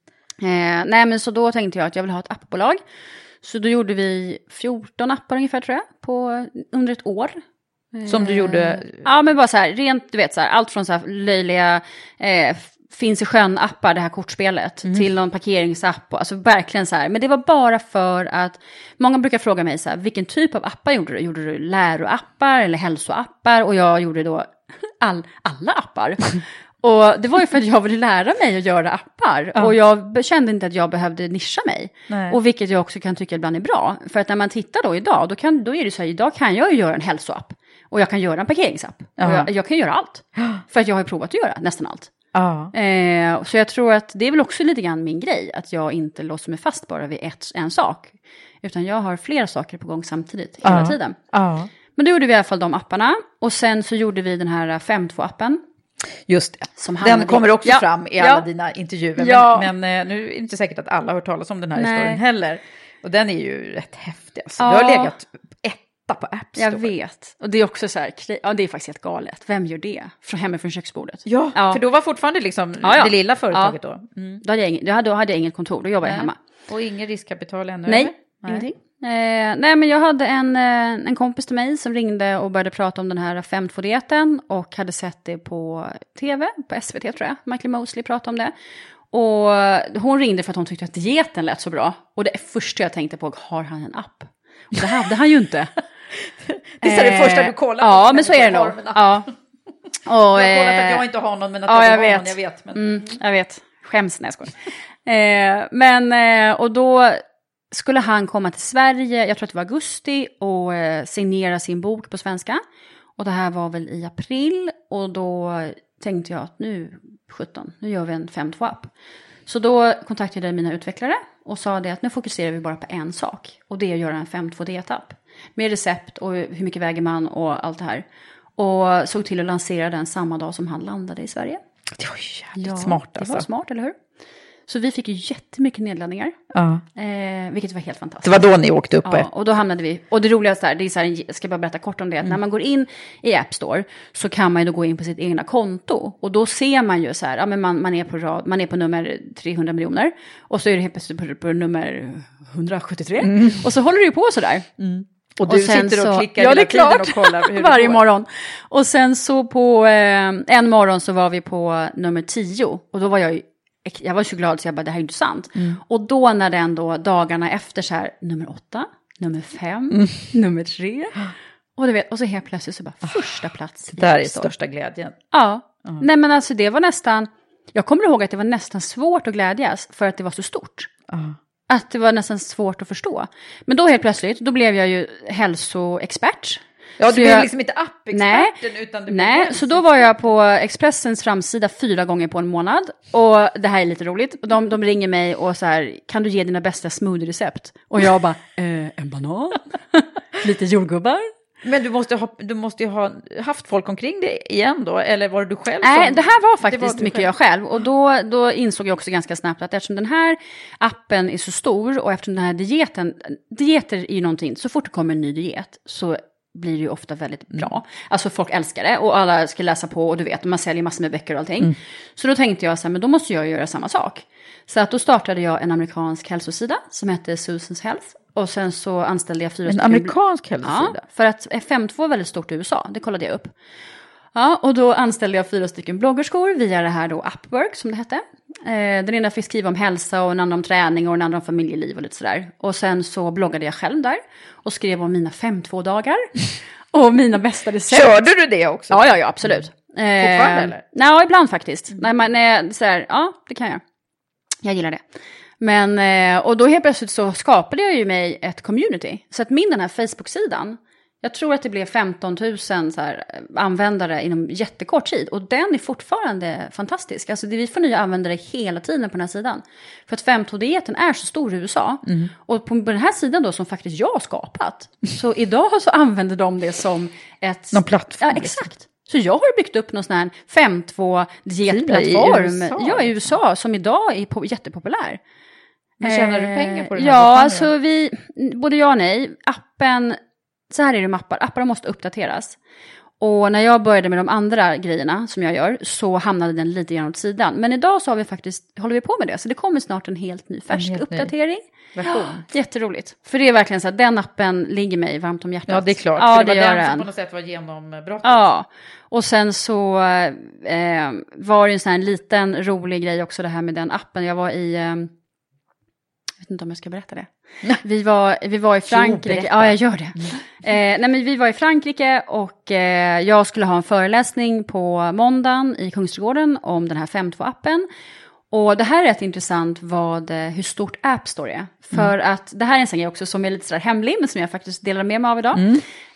Nej men så då tänkte jag att jag vill ha ett appbolag. Så då gjorde vi 14 appar ungefär tror jag. Under ett år. Som du gjorde? Ja men bara så här, rent du vet så här, allt från så här löjliga finns i sjön-appar, det här kortspelet, till någon parkeringsapp. Alltså verkligen så här. Men det var bara för att många brukar fråga mig så här, vilken typ av appar gjorde du? Gjorde du läroappar eller hälsoappar? Och jag gjorde då alla appar. Och det var ju för att jag ville lära mig att göra appar. Ja. Och jag kände inte att jag behövde nischa mig. Nej. Och vilket jag också kan tycka ibland är bra. För att när man tittar då idag, då är det så här, idag kan jag ju göra en hälsoapp. Och jag kan göra en parkeringsapp. Ja. Och jag kan göra allt. För att jag har ju provat att göra nästan allt. Ja. Så jag tror att det är väl också lite grann min grej. Att jag inte låser mig fast bara vid en sak. Utan jag har flera saker på gång samtidigt hela tiden. Ja. Men då gjorde vi i alla fall de apparna. Och sen så gjorde vi den här 5.2-appen. Just det. Den kommer också fram i alla dina intervjuer. Ja. Men nu är det inte säkert att alla har hört talas om den här historien heller. Och den är ju rätt häftig. Alltså. Du har legat etta på App Store. Jag vet. Och det är också så här, det är faktiskt helt galet. Vem gör det? Hemifrån köksbordet. Ja, för då var fortfarande liksom det lilla företaget då. Då hade jag inget kontor, då jobbade jag hemma. Och ingen riskkapital ännu? Nej, ingenting. Nej, men jag hade en kompis till mig som ringde och började prata om den här 5.2-dieten och hade sett det på tv, på SVT tror jag. Michael Mosley pratade om det. Och hon ringde för att hon tyckte att dieten lät så bra. Och det första jag tänkte på, har han en app? Och det hade han ju inte. Det är det första du kollar på. Ja, men så är det nog. Ja. Och, jag har kollat att jag inte har någon, men att jag har någon, jag vet. Men... jag vet. Skäms när jag skojar. Och då skulle han komma till Sverige, jag tror att det var augusti, och signera sin bok på svenska. Och det här var väl i april. Och då tänkte jag att nu gör vi en 5.2-app. Så då kontaktade jag mina utvecklare och sa det att nu fokuserar vi bara på en sak. Och det är att göra en 5.2-dietapp. Med recept och hur mycket väger man och allt det här. Och såg till att lansera den samma dag som han landade i Sverige. Det var jävligt smart alltså. Det var smart, eller hur? Så vi fick ju jättemycket nedladdningar. Ja. Vilket var helt fantastiskt. Det var då ni åkte upp på och då hamnade vi. Och det roligaste är, det är så här, jag ska bara berätta kort om det. Att när man går in i App Store så kan man ju då gå in på sitt egna konto. Och då ser man ju så här, ja men man är på nummer 300 miljoner. Och så är det helt plötsligt på nummer 173. Och så håller det ju på så där. Och du sitter och klickar hela tiden och kollar hur varje morgon. Och sen så på en morgon så var vi på nummer 10. Och då var jag var så glad så jag bara, det här är inte sant. Och då när det ändå dagarna efter så här, nummer 8, nummer 5, nummer 3. Och du vet, och så helt plötsligt så bara första plats. Det där är största glädjen. Ja. Nej men alltså det var nästan, jag kommer ihåg att det var nästan svårt att glädjas för att det var så stort. Att det var nästan svårt att förstå. Men då helt plötsligt, då blev jag ju hälsoexpert. Ja, du blev liksom inte appexperten utan du blev Nej, så då var jag på Expressens framsida 4 gånger på en månad. Och det här är lite roligt. De ringer mig och så här, kan du ge dina bästa smoothie-recept? Och jag bara, en banan, lite jordgubbar. Men du måste ju ha haft folk omkring dig igen då, eller var det du själv? Nej, det här var faktiskt mycket jag själv. Och då insåg jag också ganska snabbt att eftersom den här appen är så stor och eftersom den här dieter är ju någonting, så fort det kommer en ny diet så blir det ju ofta väldigt bra. Alltså folk älskar det och alla ska läsa på och du vet, man säljer massor med böcker och allting. Så då tänkte jag så här, men då måste jag göra samma sak. Så att då startade jag en amerikansk hälsosida som hette Susan's Health. Och sen så anställde jag 4 stycken... En amerikansk hälsosida? Ja, för att 5.2 är väldigt stort i USA, det kollade jag upp. Ja, och då anställde jag 4 stycken bloggerskor via det här då Upwork som det hette. Den ena fick skriva om hälsa och den andra om träning och den andra om familjeliv och lite sådär. Och sen så bloggade jag själv där och skrev om mina 5.2-dagar och mina bästa recept. Körde du det också? Ja, absolut. Fortfarande eller? Nej, ibland faktiskt. Ja, det kan jag. Jag gillar det. Men, och då helt plötsligt så skapade jag ju mig ett community. Så att den här Facebook-sidan, Jag tror att det blev 15 000 så här, användare inom jättekort tid. Och den är fortfarande fantastisk. Alltså vi får nya användare hela tiden på den här sidan. För att 5:2-dieten är så stor i USA. Och på den här sidan då som faktiskt jag har skapat. Så idag så använder de det som ett... Någon plattform. Ja, exakt. Så jag har byggt upp någon sån här 5:2-dietplattform. I USA som idag är jättepopulär. Men tjänar du pengar på den här? Ja, alltså både ja och nej. Appen... Så här är det med appar. Appar måste uppdateras. Och när jag började med de andra grejerna som jag gör så hamnade den lite grann åt sidan. Men idag så har håller vi på med det. Så det kommer snart en helt ny färsk uppdatering. Jätteroligt. För det är verkligen så att den appen ligger mig varmt om hjärtat. Ja, det är klart. Ja, för det var den som på något sätt var genombrottet. Ja, och sen så var det en sån här liten rolig grej också det här med den appen. Jag var i... Jag vet inte om jag ska berätta det. Vi var i Frankrike. Ja, jag gör det. Nej, men vi var i Frankrike och jag skulle ha en föreläsning på måndagen i Kungsträdgården om den här 5:2-appen. Och det här är rätt intressant hur stort App Store är. För att det här är en sån grej också som är lite sådär hemlig, men som jag faktiskt delar med mig av idag.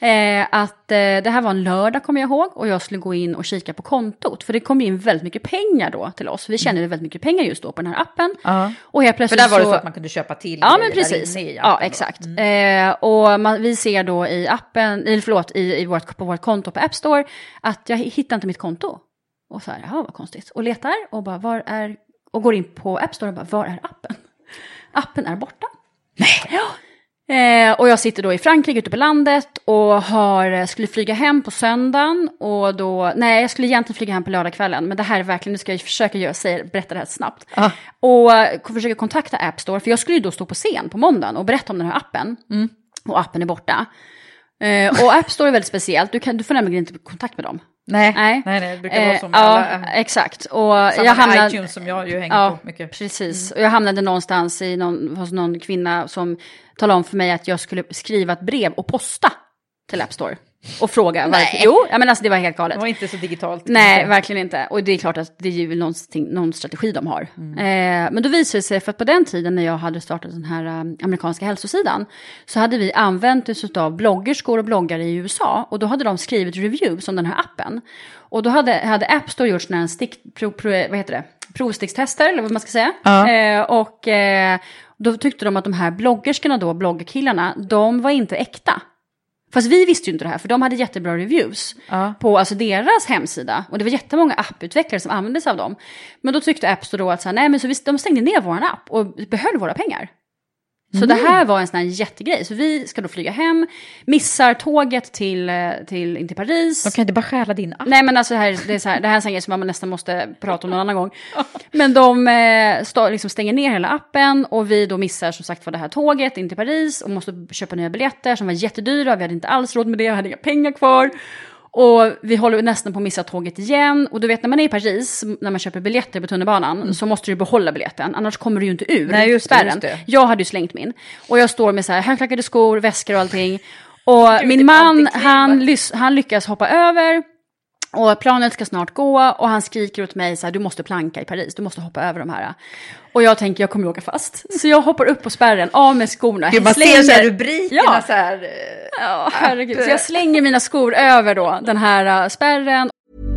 Det här var en lördag kommer jag ihåg och jag skulle gå in och kika på kontot. För det kom in väldigt mycket pengar då till oss. Vi tjänade väldigt mycket pengar just då på den här appen. Och helt plötsligt för där var det så att man kunde köpa till. Ja, men precis. Ja, exakt. Och vi ser då i appen, på vårt konto på App Store att jag hittar inte mitt konto. Och så här, jaha vad konstigt. Och letar och bara och går in på App Store och bara, var är appen? Appen är borta. Nej. Ja. Och jag sitter då i Frankrike ute på landet och skulle flyga hem på söndagen. Och då, jag skulle egentligen flyga hem på lördagskvällen. Men det här är verkligen, nu ska jag försöka berätta det här snabbt. Och försöka kontakta App Store. För jag skulle ju då stå på scen på måndagen och berätta om den här appen. Och appen är borta. Och App Store är väldigt speciellt. Du får nämligen inte kontakt med dem. Nej, det brukar vara som alla. Exakt. Och jag hamnade iTunes som jag ju hänger på mycket. Precis. Och jag hamnade någonstans hos någon kvinna som talade om för mig att jag skulle skriva ett brev och posta till App Store. Och fråga varför. Jo, men alltså det var helt galet. Det var inte så digitalt. Nej, verkligen inte. Och det är klart att det är ju någon strategi de har. Men då visade det sig, för att på den tiden när jag hade startat den här amerikanska hälsosidan så hade vi använt oss av bloggerskor och bloggare i USA. Och då hade de skrivit reviews om den här appen. Och då hade App Store gjort sådana här provstickstester, eller vad man ska säga. Då tyckte de att de här bloggerskorna då, bloggerkillarna, de var inte äkta. Fast vi visste ju inte det här, för de hade jättebra reviews på alltså deras hemsida. Och det var jättemånga apputvecklare som använde sig av dem. Men då tyckte App Store då att de stängde ner vår app och behöll våra pengar. Så det här var en sån här jättegrej. Så vi ska då flyga hem, missar tåget till Paris. De kan inte bara stjäla din app. Nej, men alltså det här är en sån grej som man nästan måste prata om någon annan gång. Men de liksom stänger ner hela appen och vi då missar som sagt för det här tåget in till Paris och måste köpa nya biljetter som var jättedyra. Vi hade inte alls råd med det, jag hade inga pengar kvar. Och vi håller nästan på att missa tåget igen. Och du vet, när man är i Paris, när man köper biljetter på tunnelbanan, så måste du behålla biljetten. Annars kommer du ju inte ur. Nej, just det. Jag hade ju slängt min. Och jag står med så här högklackade skor, väskor och allting. Och min man, han lyckas hoppa över. Och planet ska snart gå. Och han skriker åt mig så här, du måste planka i Paris. Du måste hoppa över de här. Och jag tänker, jag kommer åka fast. Så jag hoppar upp på spärren, av med skorna. Gud, man ser så här rubrikerna så här. Ja, herregud. Så jag slänger mina skor över då, den här spärren.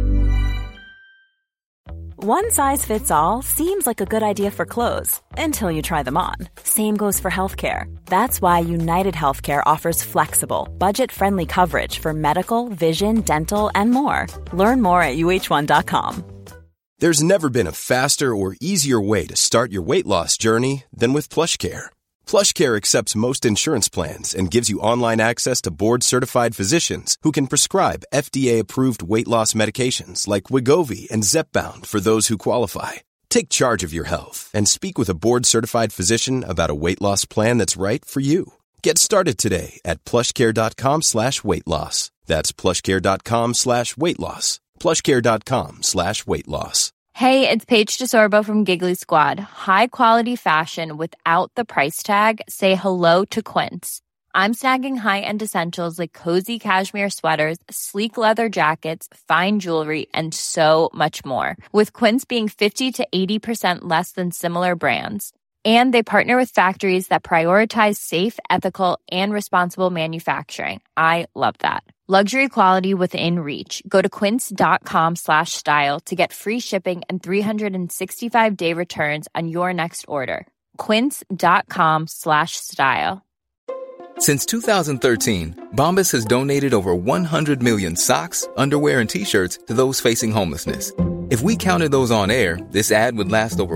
One size fits all seems like a good idea for clothes until you try them on. Same goes for healthcare. That's why United Healthcare offers flexible, budget-friendly coverage for medical, vision, dental, and more. Learn more at uh1.com. There's never been a faster or easier way to start your weight loss journey than with PlushCare. PlushCare accepts most insurance plans and gives you online access to board-certified physicians who can prescribe FDA-approved weight loss medications like Wegovy and Zepbound for those who qualify. Take charge of your health and speak with a board-certified physician about a weight loss plan that's right for you. Get started today at plushcare.com/weightloss. That's plushcare.com/weightloss. plushcare.com/weightloss. Hey, it's Paige DeSorbo from Giggly Squad. High quality fashion without the price tag. Say hello to Quince. I'm snagging high-end essentials like cozy cashmere sweaters, sleek leather jackets, fine jewelry, and so much more. With Quince being 50 to 80% less than similar brands. And they partner with factories that prioritize safe, ethical, and responsible manufacturing. I love that. Luxury quality within reach. Go to quince.com/style to get free shipping and 365-day returns on your next order. Quince.com/style. Since 2013, Bombas has donated over 100 million socks, underwear, and T-shirts to those facing homelessness. If we counted those on air, this ad would last over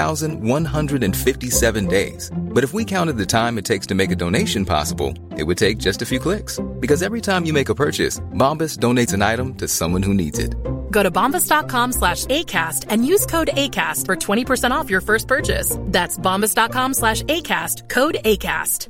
1,157 days. But if we counted the time it takes to make a donation possible, it would take just a few clicks. Because every time you make a purchase, Bombas donates an item to someone who needs it. Go to bombas.com/ACAST and use code ACAST for 20% off your first purchase. That's bombas.com/ACAST, code ACAST.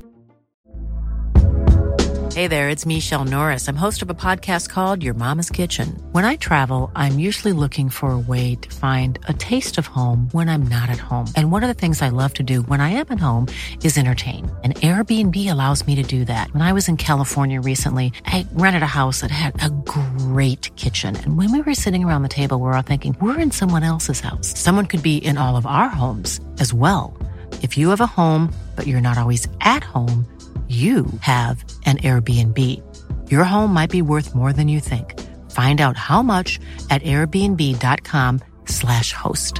Hey there, it's Michelle Norris. I'm host of a podcast called Your Mama's Kitchen. When I travel, I'm usually looking for a way to find a taste of home when I'm not at home. And one of the things I love to do when I am at home is entertain. And Airbnb allows me to do that. When I was in California recently, I rented a house that had a great kitchen. And when we were sitting around the table, we were all thinking, we're in someone else's house. Someone could be in all of our homes as well. If you have a home, but you're not always at home, you have an Airbnb. Your home might be worth more than you think. Find out how much at airbnb.com/host.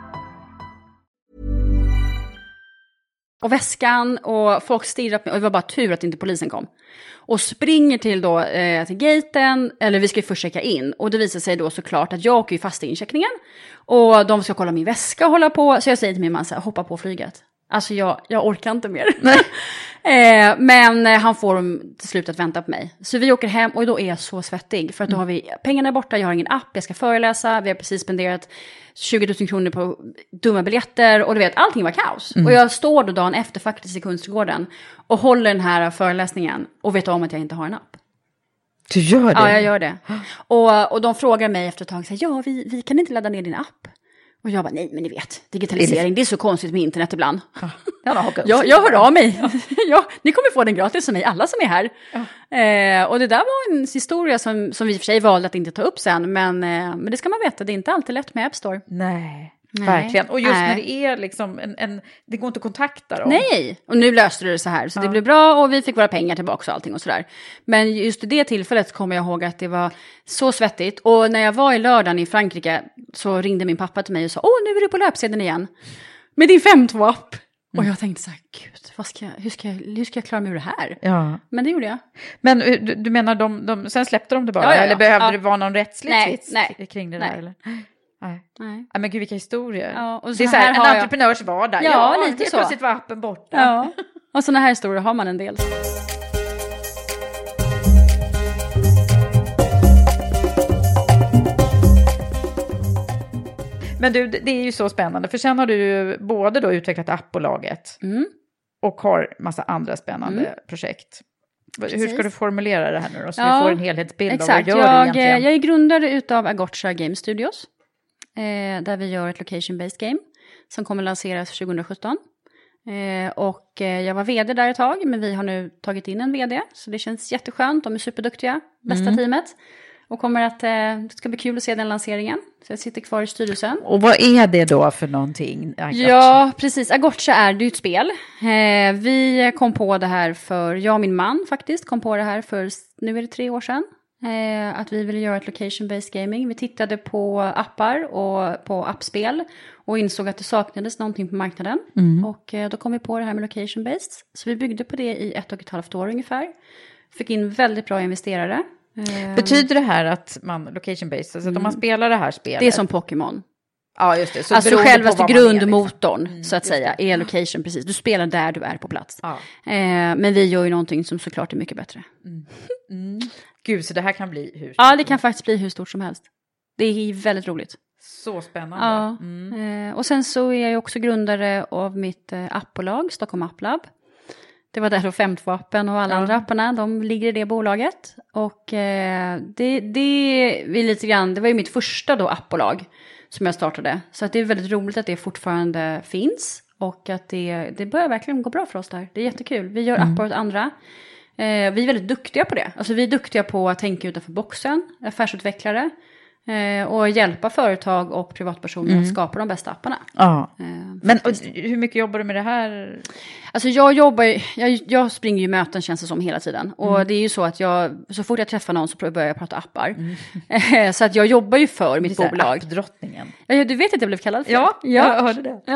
Och väskan och folk stirrar på mig. Och det var bara tur att inte polisen kom. Och springer till då till gaten. Eller vi ska ju först checka in. Och det visar sig då såklart att jag åker ju fast i incheckningen. Och de ska kolla min väska och hålla på. Så jag säger till min man så här, hoppa på flyget. Alltså jag orkar inte mer. Men han får dem till slut att vänta på mig. Så vi åker hem och då är jag så svettig. För att då har vi pengarna borta, jag har ingen app, jag ska föreläsa. Vi har precis spenderat 20 000 kronor på dumma biljetter. Och du vet, allting var kaos. Och jag står då dagen efter faktiskt i Kungsträdgården och håller den här föreläsningen och vet om att jag inte har en app. Du gör det? Ja, jag gör det. Och de frågar mig efter ett tag, så här, ja, vi kan inte ladda ner din app. Och jag bara, nej men ni vet, digitalisering, det är så konstigt med internet ibland. Jag hör av mig. Ja, ni kommer få den gratis som mig, alla som är här. Och det där var en historia som vi i och för sig valde att inte ta upp sen. Men det ska man veta, det är inte alltid lätt med App Store. Nej. Verkligen. Och just när det är liksom det går inte att kontakta dem. Nej, och nu löste det så här. Så det blev bra och vi fick våra pengar tillbaka och allting och sådär. Men just i det tillfället kommer jag ihåg att det var så svettigt. Och när jag var i lördagen i Frankrike så ringde min pappa till mig och sa, nu är du på löpsedeln igen. Med din 5.2-app. Och jag tänkte så här, gud, hur ska jag klara mig ur det här? Ja. Men det gjorde jag. Men du menar, sen släppte de det bara? Eller behövde det vara någon rättslig tvist kring det där? Eller? Nej. Men gud, vilka historier. Ja, och det är så här, en entreprenörs vardag. Ja, lite så. Plötsligt var appen borta. Ja. Och sådana här historier har man en del. Men du, det är ju så spännande. För sen har du ju både då utvecklat appbolaget och har massa andra spännande projekt. Precis. Hur ska du formulera det här nu då? Så vi får en helhetsbild av vad du gör egentligen. Jag är grundare utav Agotcha Game Studios. Där vi gör ett location-based game som kommer lanseras 2017. Och jag var vd där ett tag, men vi har nu tagit in en vd. Så det känns jätteskönt, de är superduktiga, bästa teamet. Och det ska bli kul att se den lanseringen. Så jag sitter kvar i styrelsen. Och vad är det då för någonting? Agotcha? Ja, precis. Agotcha är ju ett spel. Vi kom på det här jag och min man faktiskt kom på det här för, nu är det 3 år sedan. Att vi ville göra ett location-based gaming. Vi tittade på appar och på appspel och insåg att det saknades någonting på marknaden. Och då kom vi på det här med location-based. Så vi byggde på det i 1,5 år ungefär. Fick in väldigt bra investerare. Betyder det här att man location-based, alltså att om man spelar det här spelet? Det är som Pokémon. Ja, just det. Så alltså självaste grundmotorn liksom. Så att säga är location, precis. Du spelar där du är på plats. Ja. Men vi gör ju någonting som såklart är mycket bättre. Gud, så det här kan bli hur stort? Ja, det kan faktiskt bli hur stort som helst. Det är väldigt roligt. Så spännande. Ja. Och sen så är jag också grundare av mitt appbolag, Stockholm Applab. Det var där då 5.2-appen och alla andra apparna, de ligger i det bolaget. Och det var ju mitt första då appbolag som jag startade. Så att det är väldigt roligt att det fortfarande finns. Och att det börjar verkligen gå bra för oss där. Det är jättekul. Vi gör appar åt andra. Vi är väldigt duktiga på det. Alltså vi är duktiga på att tänka utanför boxen. Affärsutvecklare. Och hjälpa företag och privatpersoner att skapa de bästa apparna. Ja. Men hur mycket jobbar du med det här? Alltså jag springer ju möten känns det som hela tiden. Och det är ju så att så fort jag träffar någon så börjar jag prata appar. Så att jag jobbar ju för mitt bolag. Appdrottningen. Ja, du vet att jag blev kallad för det. Ja, jag hörde det.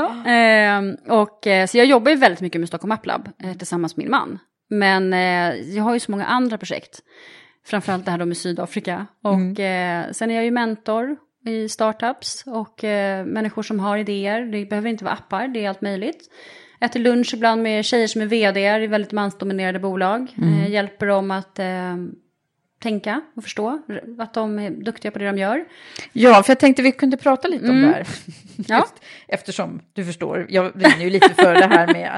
Ja. Så jag jobbar ju väldigt mycket med Stockholm App Lab tillsammans med min man. Men jag har ju så många andra projekt. Framförallt det här då med Sydafrika. Och sen är jag ju mentor i startups och människor som har idéer. Det behöver inte vara appar, det är allt möjligt. Äter lunch ibland med tjejer som är vd i väldigt mansdominerade bolag. Hjälper dem att tänka och förstå att de är duktiga på det de gör. Ja, för jag tänkte vi kunde prata lite om det här. Ja. Eftersom, du förstår, jag brinner ju lite för det här med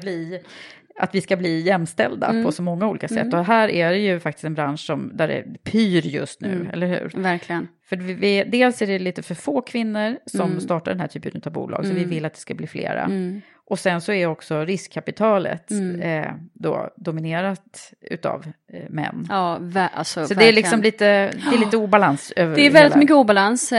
att vi ska bli jämställda på så många olika sätt. Och här är det ju faktiskt en bransch där det pyr just nu, eller hur? Verkligen. För dels är det lite för få kvinnor som startar den här typen av bolag, så vi vill att det ska bli flera. Och sen så är också riskkapitalet då dominerat utav män. Ja, alltså så det är liksom lite obalans över det är väldigt mycket obalans.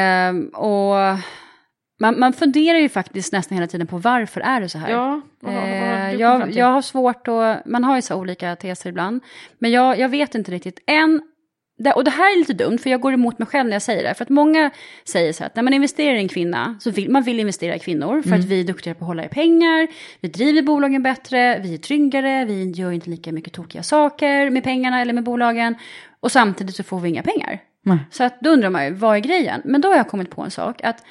Och man funderar ju faktiskt nästan hela tiden på varför är det så här. Ja, jag har svårt att... Man har ju så olika teser ibland. Men jag vet inte riktigt och det här är lite dumt, för jag går emot mig själv när jag säger det. För att många säger så att när man investerar i en kvinna så vill man investera i kvinnor. För att vi är duktigare på att hålla i pengar. Vi driver bolagen bättre. Vi är tryggare. Vi gör inte lika mycket tokiga saker med pengarna eller med bolagen. Och samtidigt så får vi inga pengar. Så att då undrar man ju, vad är grejen? Men då har jag kommit på en sak. Att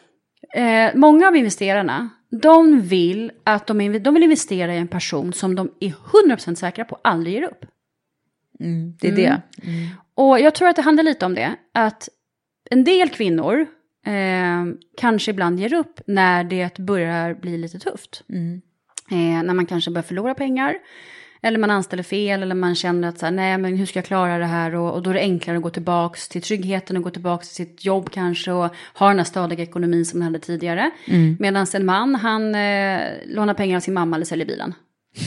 många av investerarna, de vill investera i en person som de är 100% säkra på aldrig ger upp. Det är det. Och jag tror att det handlar lite om det. Att en del kvinnor kanske ibland ger upp när det börjar bli lite tufft. När man kanske börjar förlora pengar. Eller man anställer fel. Eller man känner att så här, nej, men hur ska jag klara det här? Och då är det enklare att gå tillbaka till tryggheten. Och gå tillbaka till sitt jobb kanske. Och ha den här stadiga ekonomin som man hade tidigare. Medan en man, han lånar pengar av sin mamma eller säljer bilen.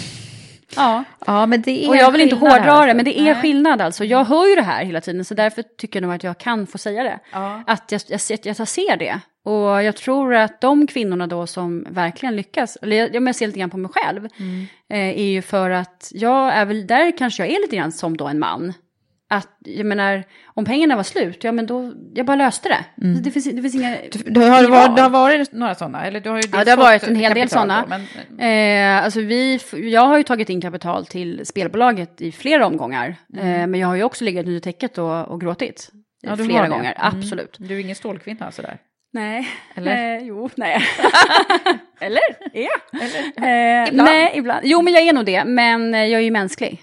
Ja, men det är och jag vill inte hårdra det, alltså. men det är skillnad alltså. Jag hör ju det här hela tiden, så därför tycker jag nog att jag kan få säga det. Att jag ser det. Och jag tror att de kvinnorna då som verkligen lyckas, eller jag ser lite grann på mig själv, är ju för att jag är väl, där kanske jag är lite grann som då en man. Att, jag menar, om pengarna var slut, ja men då, jag bara löste det. Det finns inga... Det har varit några sådana? Eller du har ju det har varit en hel del sådana. Då, men... Alltså jag har ju tagit in kapital till spelbolaget i flera omgångar. Men jag har ju också legat under täcket och gråtit flera gånger, absolut. Du är ingen stålkvinna sådär? Nej. Eller? Jo, nej. Eller? Ja. Ibland. Nej, ibland. Jo, men jag är nog det. Men jag är ju mänsklig.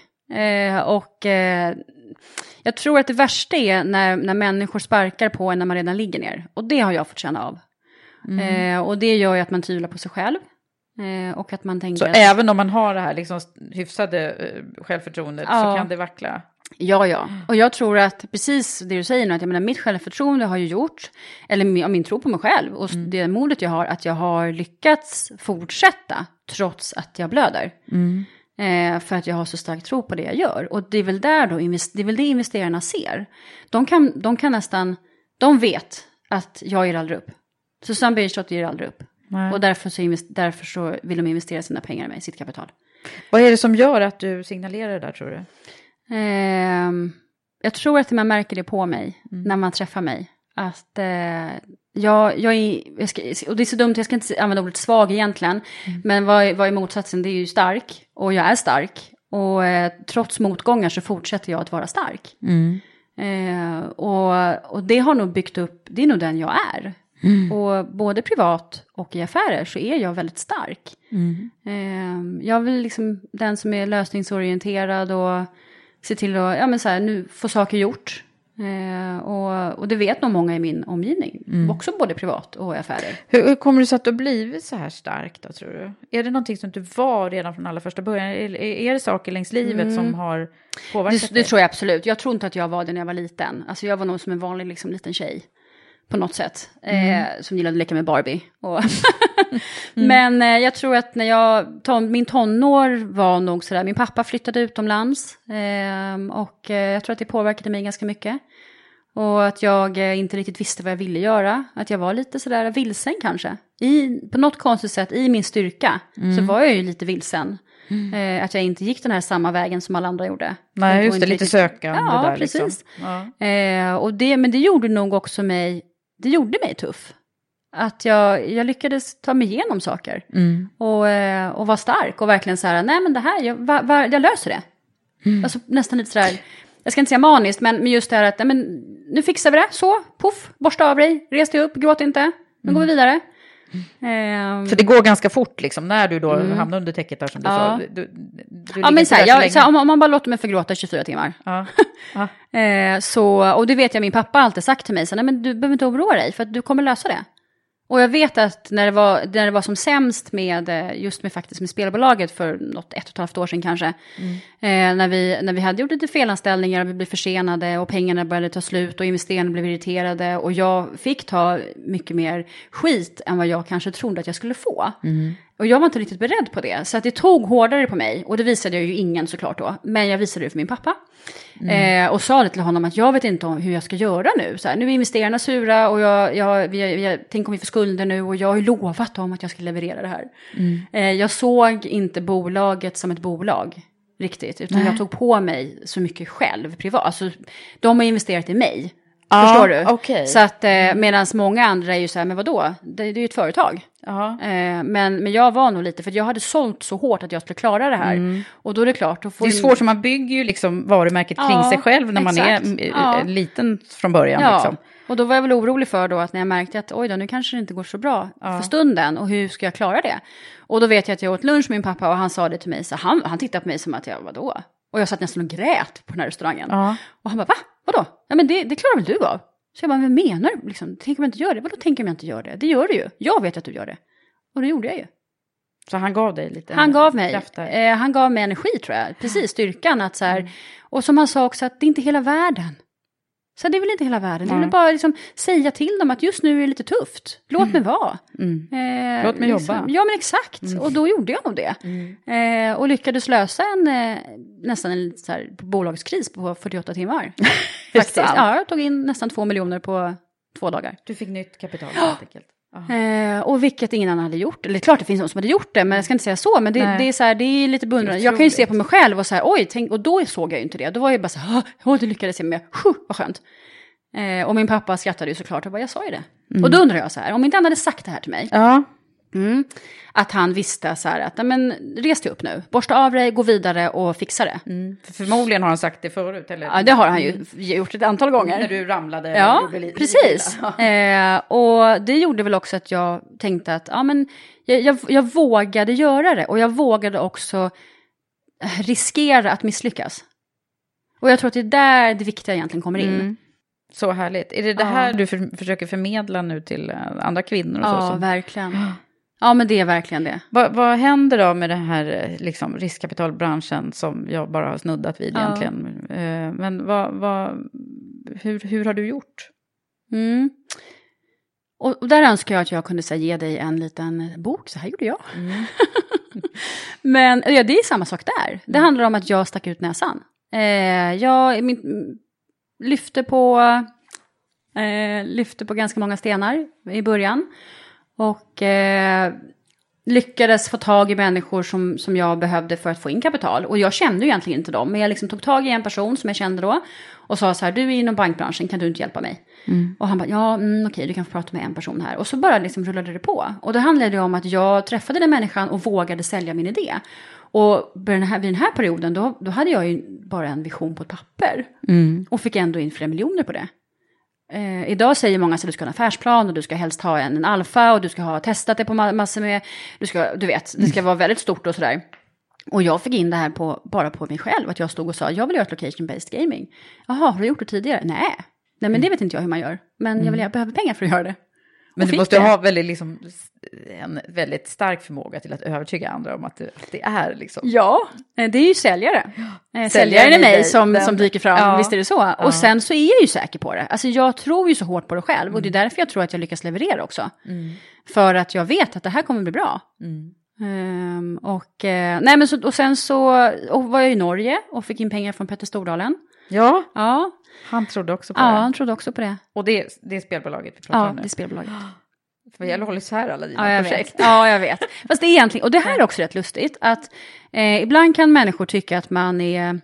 Jag tror att det värsta är när människor sparkar på en när man redan ligger ner. Och det har jag fått känna av. Och det gör ju att man tvivlar på sig själv. Och att man tänker... Så även om man har det här liksom hyfsade självförtroendet så kan det vackla? Ja. Och jag tror att precis det du säger nu, att jag menar, mitt självförtroende har ju gjort, eller min tro på mig själv och det modet jag har, att jag har lyckats fortsätta trots att jag blöder. För att jag har så stark tro på det jag gör. Och det är väl där då, det är väl det investerarna ser. De kan nästan, de vet att jag ger aldrig upp. Susanne Beijerslott ger aldrig upp. Nej. Och därför så vill de investera sina pengar i mig, sitt kapital. Vad är det som gör att du signalerar det där, tror du? Jag tror att man märker det på mig när man träffar mig. Att och det är så dumt, jag ska inte använda ordet svag egentligen. Men vad är motsatsen? Det är ju stark. Och jag är stark. Och trots motgångar så fortsätter jag att vara stark. Och det har nog byggt upp, det är nog den jag är. Och både privat och i affärer så är jag väldigt stark. Jag vill liksom den som är lösningsorienterad och se till att nu få saker gjort. Och det vet nog många i min omgivning. Också både privat och i affärer. Hur kommer det sig att du har blivit så här stark då, tror du? Är det någonting som du var redan från allra första början? Är det saker längs livet som har påverkat dig? Det tror jag absolut. Jag tror inte att jag var det när jag var liten. Alltså jag var nog som en vanlig liksom, liten tjej. På något sätt. Som gillade att leka med Barbie. Men jag tror att när min tonår var nog sådär. Min pappa flyttade utomlands. Och jag tror att det påverkade mig ganska mycket. Och att jag inte riktigt visste vad jag ville göra. Att jag var lite sådär vilsen kanske. På något konstigt sätt, i min styrka, så var jag ju lite vilsen. Att jag inte gick den här samma vägen som alla andra gjorde. Nej, just det, lite sökande där precis. Liksom. Ja. Men det gjorde nog också mig tuff. Att jag lyckades ta mig igenom saker. Och vara stark och verkligen så här, nej men det här, jag löser det. Alltså nästan lite sådär, jag ska inte säga maniskt, men just det här att, nej men nu fixar vi det, så, puff, borsta av dig, res dig upp, gråt inte, nu går vi vidare. För det går ganska fort liksom, när du då hamnar under täcket där som du sa. Du men så om man bara låter mig förgråta 24 timmar. Och det vet jag min pappa alltid sagt till mig, så nej men du behöver inte oroa dig för att du kommer lösa det. Och jag vet att när det var som sämst med spelbolaget för något 1,5 år sedan kanske. När vi hade gjort lite felanställningar och vi blev försenade och pengarna började ta slut och investerarna blev irriterade. Och jag fick ta mycket mer skit än vad jag kanske trodde att jag skulle få. Och jag var inte riktigt beredd på det. Så att det tog hårdare på mig. Och det visade jag ju ingen såklart då. Men jag visade det för min pappa. Och sa det till honom att jag vet inte hur jag ska göra nu. Så här, nu är investerarna sura och jag tänker om vi får skulder nu. Och jag har ju lovat dem att jag ska leverera det här. Jag såg inte bolaget som ett bolag riktigt. Utan jag tog på mig så mycket själv privat. Alltså, de har investerat i mig. Förstår du? Okay. Så att medan många andra är ju så här, men vadå? Det är ju ett företag. Men jag var nog lite, för jag hade sålt så hårt att jag skulle klara det här. Och då är det klart. Det är svårt, som man bygger ju liksom varumärket kring sig själv när man är liten från början. Liksom. Och då var jag väl orolig för då att när jag märkte att oj då, nu kanske det inte går så bra för stunden. Och hur ska jag klara det? Och då vet jag att jag åt lunch med min pappa och han sa det till mig. Så han tittade på mig som att jag, vadå? Och jag satt nästan och grät på den här restaurangen. Och han bara, va? Vadå? Ja men det klarar väl du av? Så jag bara, vad menar du? Liksom, tänker man inte göra det? Vadå tänker man inte göra det? Det gör du ju. Jag vet att du gör det. Och det gjorde jag ju. Så han gav dig lite han gav mig energi tror jag. Precis, styrkan. Att så här, och som han sa också att det är inte hela världen. Så det är väl inte hela världen. Det vill bara liksom säga till dem att just nu är det lite tufft. Låt mig vara. Låt mig jobba. Ja men exakt. Och då gjorde jag nog det. Och lyckades lösa nästan en så här, bolagskris på 48 timmar. Faktiskt. Ja, jag tog in nästan 2 miljoner på 2 dagar. Du fick nytt kapital helt enkelt. Och vilket ingen annan hade gjort. Eller klart det finns någon som hade gjort det, men jag ska inte säga så. Men det är så här, det är lite beundrande. Jag kan ju se på mig själv och så här, oj, tänk, och då såg jag ju inte det. Då var jag bara så här, det lyckades jag med. Vad skönt. Och min pappa skrattade ju såklart och bara, jag sa ju det. Och då undrar jag så här, om inte han hade sagt det här till mig. Att han visste så här att, men res dig upp nu. Borsta av dig, gå vidare och fixa det. För förmodligen har han sagt det förut. Eller? Ja, det har han ju gjort ett antal gånger. När du ramlade. Ja, precis. Och det gjorde väl också att jag tänkte att jag vågade göra det. Och jag vågade också riskera att misslyckas. Och jag tror att det är där det viktiga egentligen kommer in. Så härligt. Är det här du försöker förmedla nu till andra kvinnor? Och ja, verkligen. Ja, men det är verkligen det. Vad händer då med den här liksom, riskkapitalbranschen som jag bara har snuddat vid egentligen? Men hur har du gjort? Och där önskar jag att jag kunde ge dig en liten bok. Så här gjorde jag. Men det är samma sak där. Det handlar om att jag stack ut näsan. Jag lyfte på ganska många stenar i början. Och lyckades få tag i människor som jag behövde för att få in kapital. Och jag kände ju egentligen inte dem. Men jag liksom tog tag i en person som jag kände då. Och sa så här, du är inom bankbranschen, kan du inte hjälpa mig? Och han bara, okej, du kan få prata med en person här. Och så bara liksom rullade det på. Och då handlade det om att jag träffade den människan och vågade sälja min idé. Och vid den här perioden, då hade jag ju bara en vision på ett papper. Och fick ändå in flera miljoner på det. Idag säger många att du ska ha en affärsplan och du ska helst ha en alfa och du ska ha testat det på massor med, du vet, det ska vara väldigt stort och sådär. Och jag fick in det här bara på mig själv, att jag stod och sa, jag vill göra ett location-based gaming. Jaha, har du gjort det tidigare? Nej, men det vet inte jag hur man gör. Men jag behöver pengar för att göra det. Men du måste ha en väldigt stark förmåga till att övertyga andra om att det är liksom. Ja, det är ju säljare. Säljaren är mig som dyker fram, visst är det så. Och sen så är jag ju säker på det. Alltså jag tror ju så hårt på det själv. Och det är därför jag tror att jag lyckas leverera också. För att jag vet att det här kommer bli bra. Och sen så var jag i Norge och fick in pengar från Petter Stordalen. Ja. Ja. Han trodde också på det. Ja, han trodde också på det. Och det är spelbolaget vi pratar om nu? Ja, det är spelbolaget. För jag håller isär alla dina projekt. Ja, jag vet. Fast det är egentligen, och det här är också rätt lustigt, att ibland kan människor tycka att man är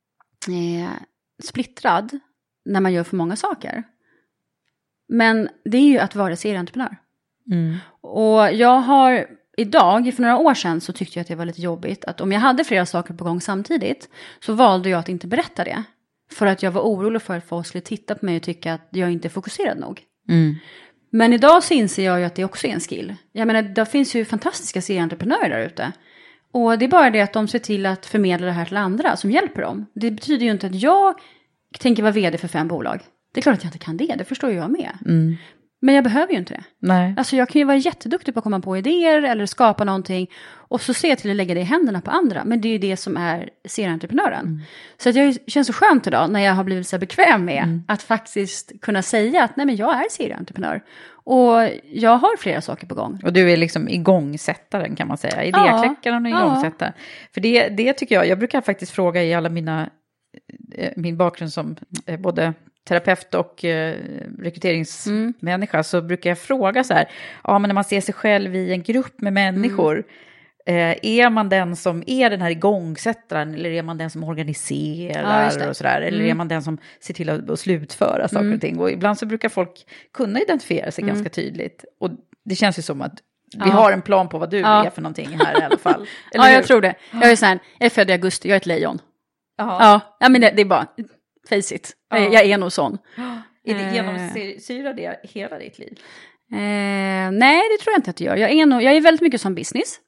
splittrad när man gör för många saker. Men det är ju att vara serieentreprenör. Och jag har idag, för några år sedan, så tyckte jag att det var lite jobbigt att om jag hade flera saker på gång samtidigt så valde jag att inte berätta det. För att jag var orolig för att folk skulle titta på mig och tycka att jag inte är fokuserad nog. Men idag så inser jag ju att det också är en skill. Jag menar, det finns ju fantastiska serieentreprenörer där ute. Och det är bara det att de ser till att förmedla det här till andra som hjälper dem. Det betyder ju inte att jag tänker vara vd för 5 bolag. Det är klart att jag inte kan det förstår jag med. Men jag behöver ju inte det. Nej. Alltså jag kan ju vara jätteduktig på att komma på idéer eller skapa någonting. Och så ser jag till att lägga det i händerna på andra. Men det är ju det som är serieentreprenören. Så att jag känns så skönt idag när jag har blivit så bekväm med att faktiskt kunna säga att nej men jag är serieentreprenör. Och jag har flera saker på gång. Och du är liksom igångsättaren kan man säga. Idékläckaren och igångsättaren. För det tycker jag brukar faktiskt fråga i alla min bakgrund som både terapeut och rekryteringsmänniska så brukar jag fråga så här, men när man ser sig själv i en grupp med människor, är man den som är den här igångsättaren eller är man den som organiserar och sådär, eller är man den som ser till att slutföra saker och ting, och ibland så brukar folk kunna identifiera sig ganska tydligt, och det känns ju som att vi har en plan på vad du är för någonting här i alla fall. Eller jag tror det. Jag är född i augusti, jag är ett lejon. Ja, men det är bara face it. Jag är nog sån. Är det genomsyrar det hela ditt liv? Nej, det tror jag inte att det gör. Jag är väldigt mycket som business.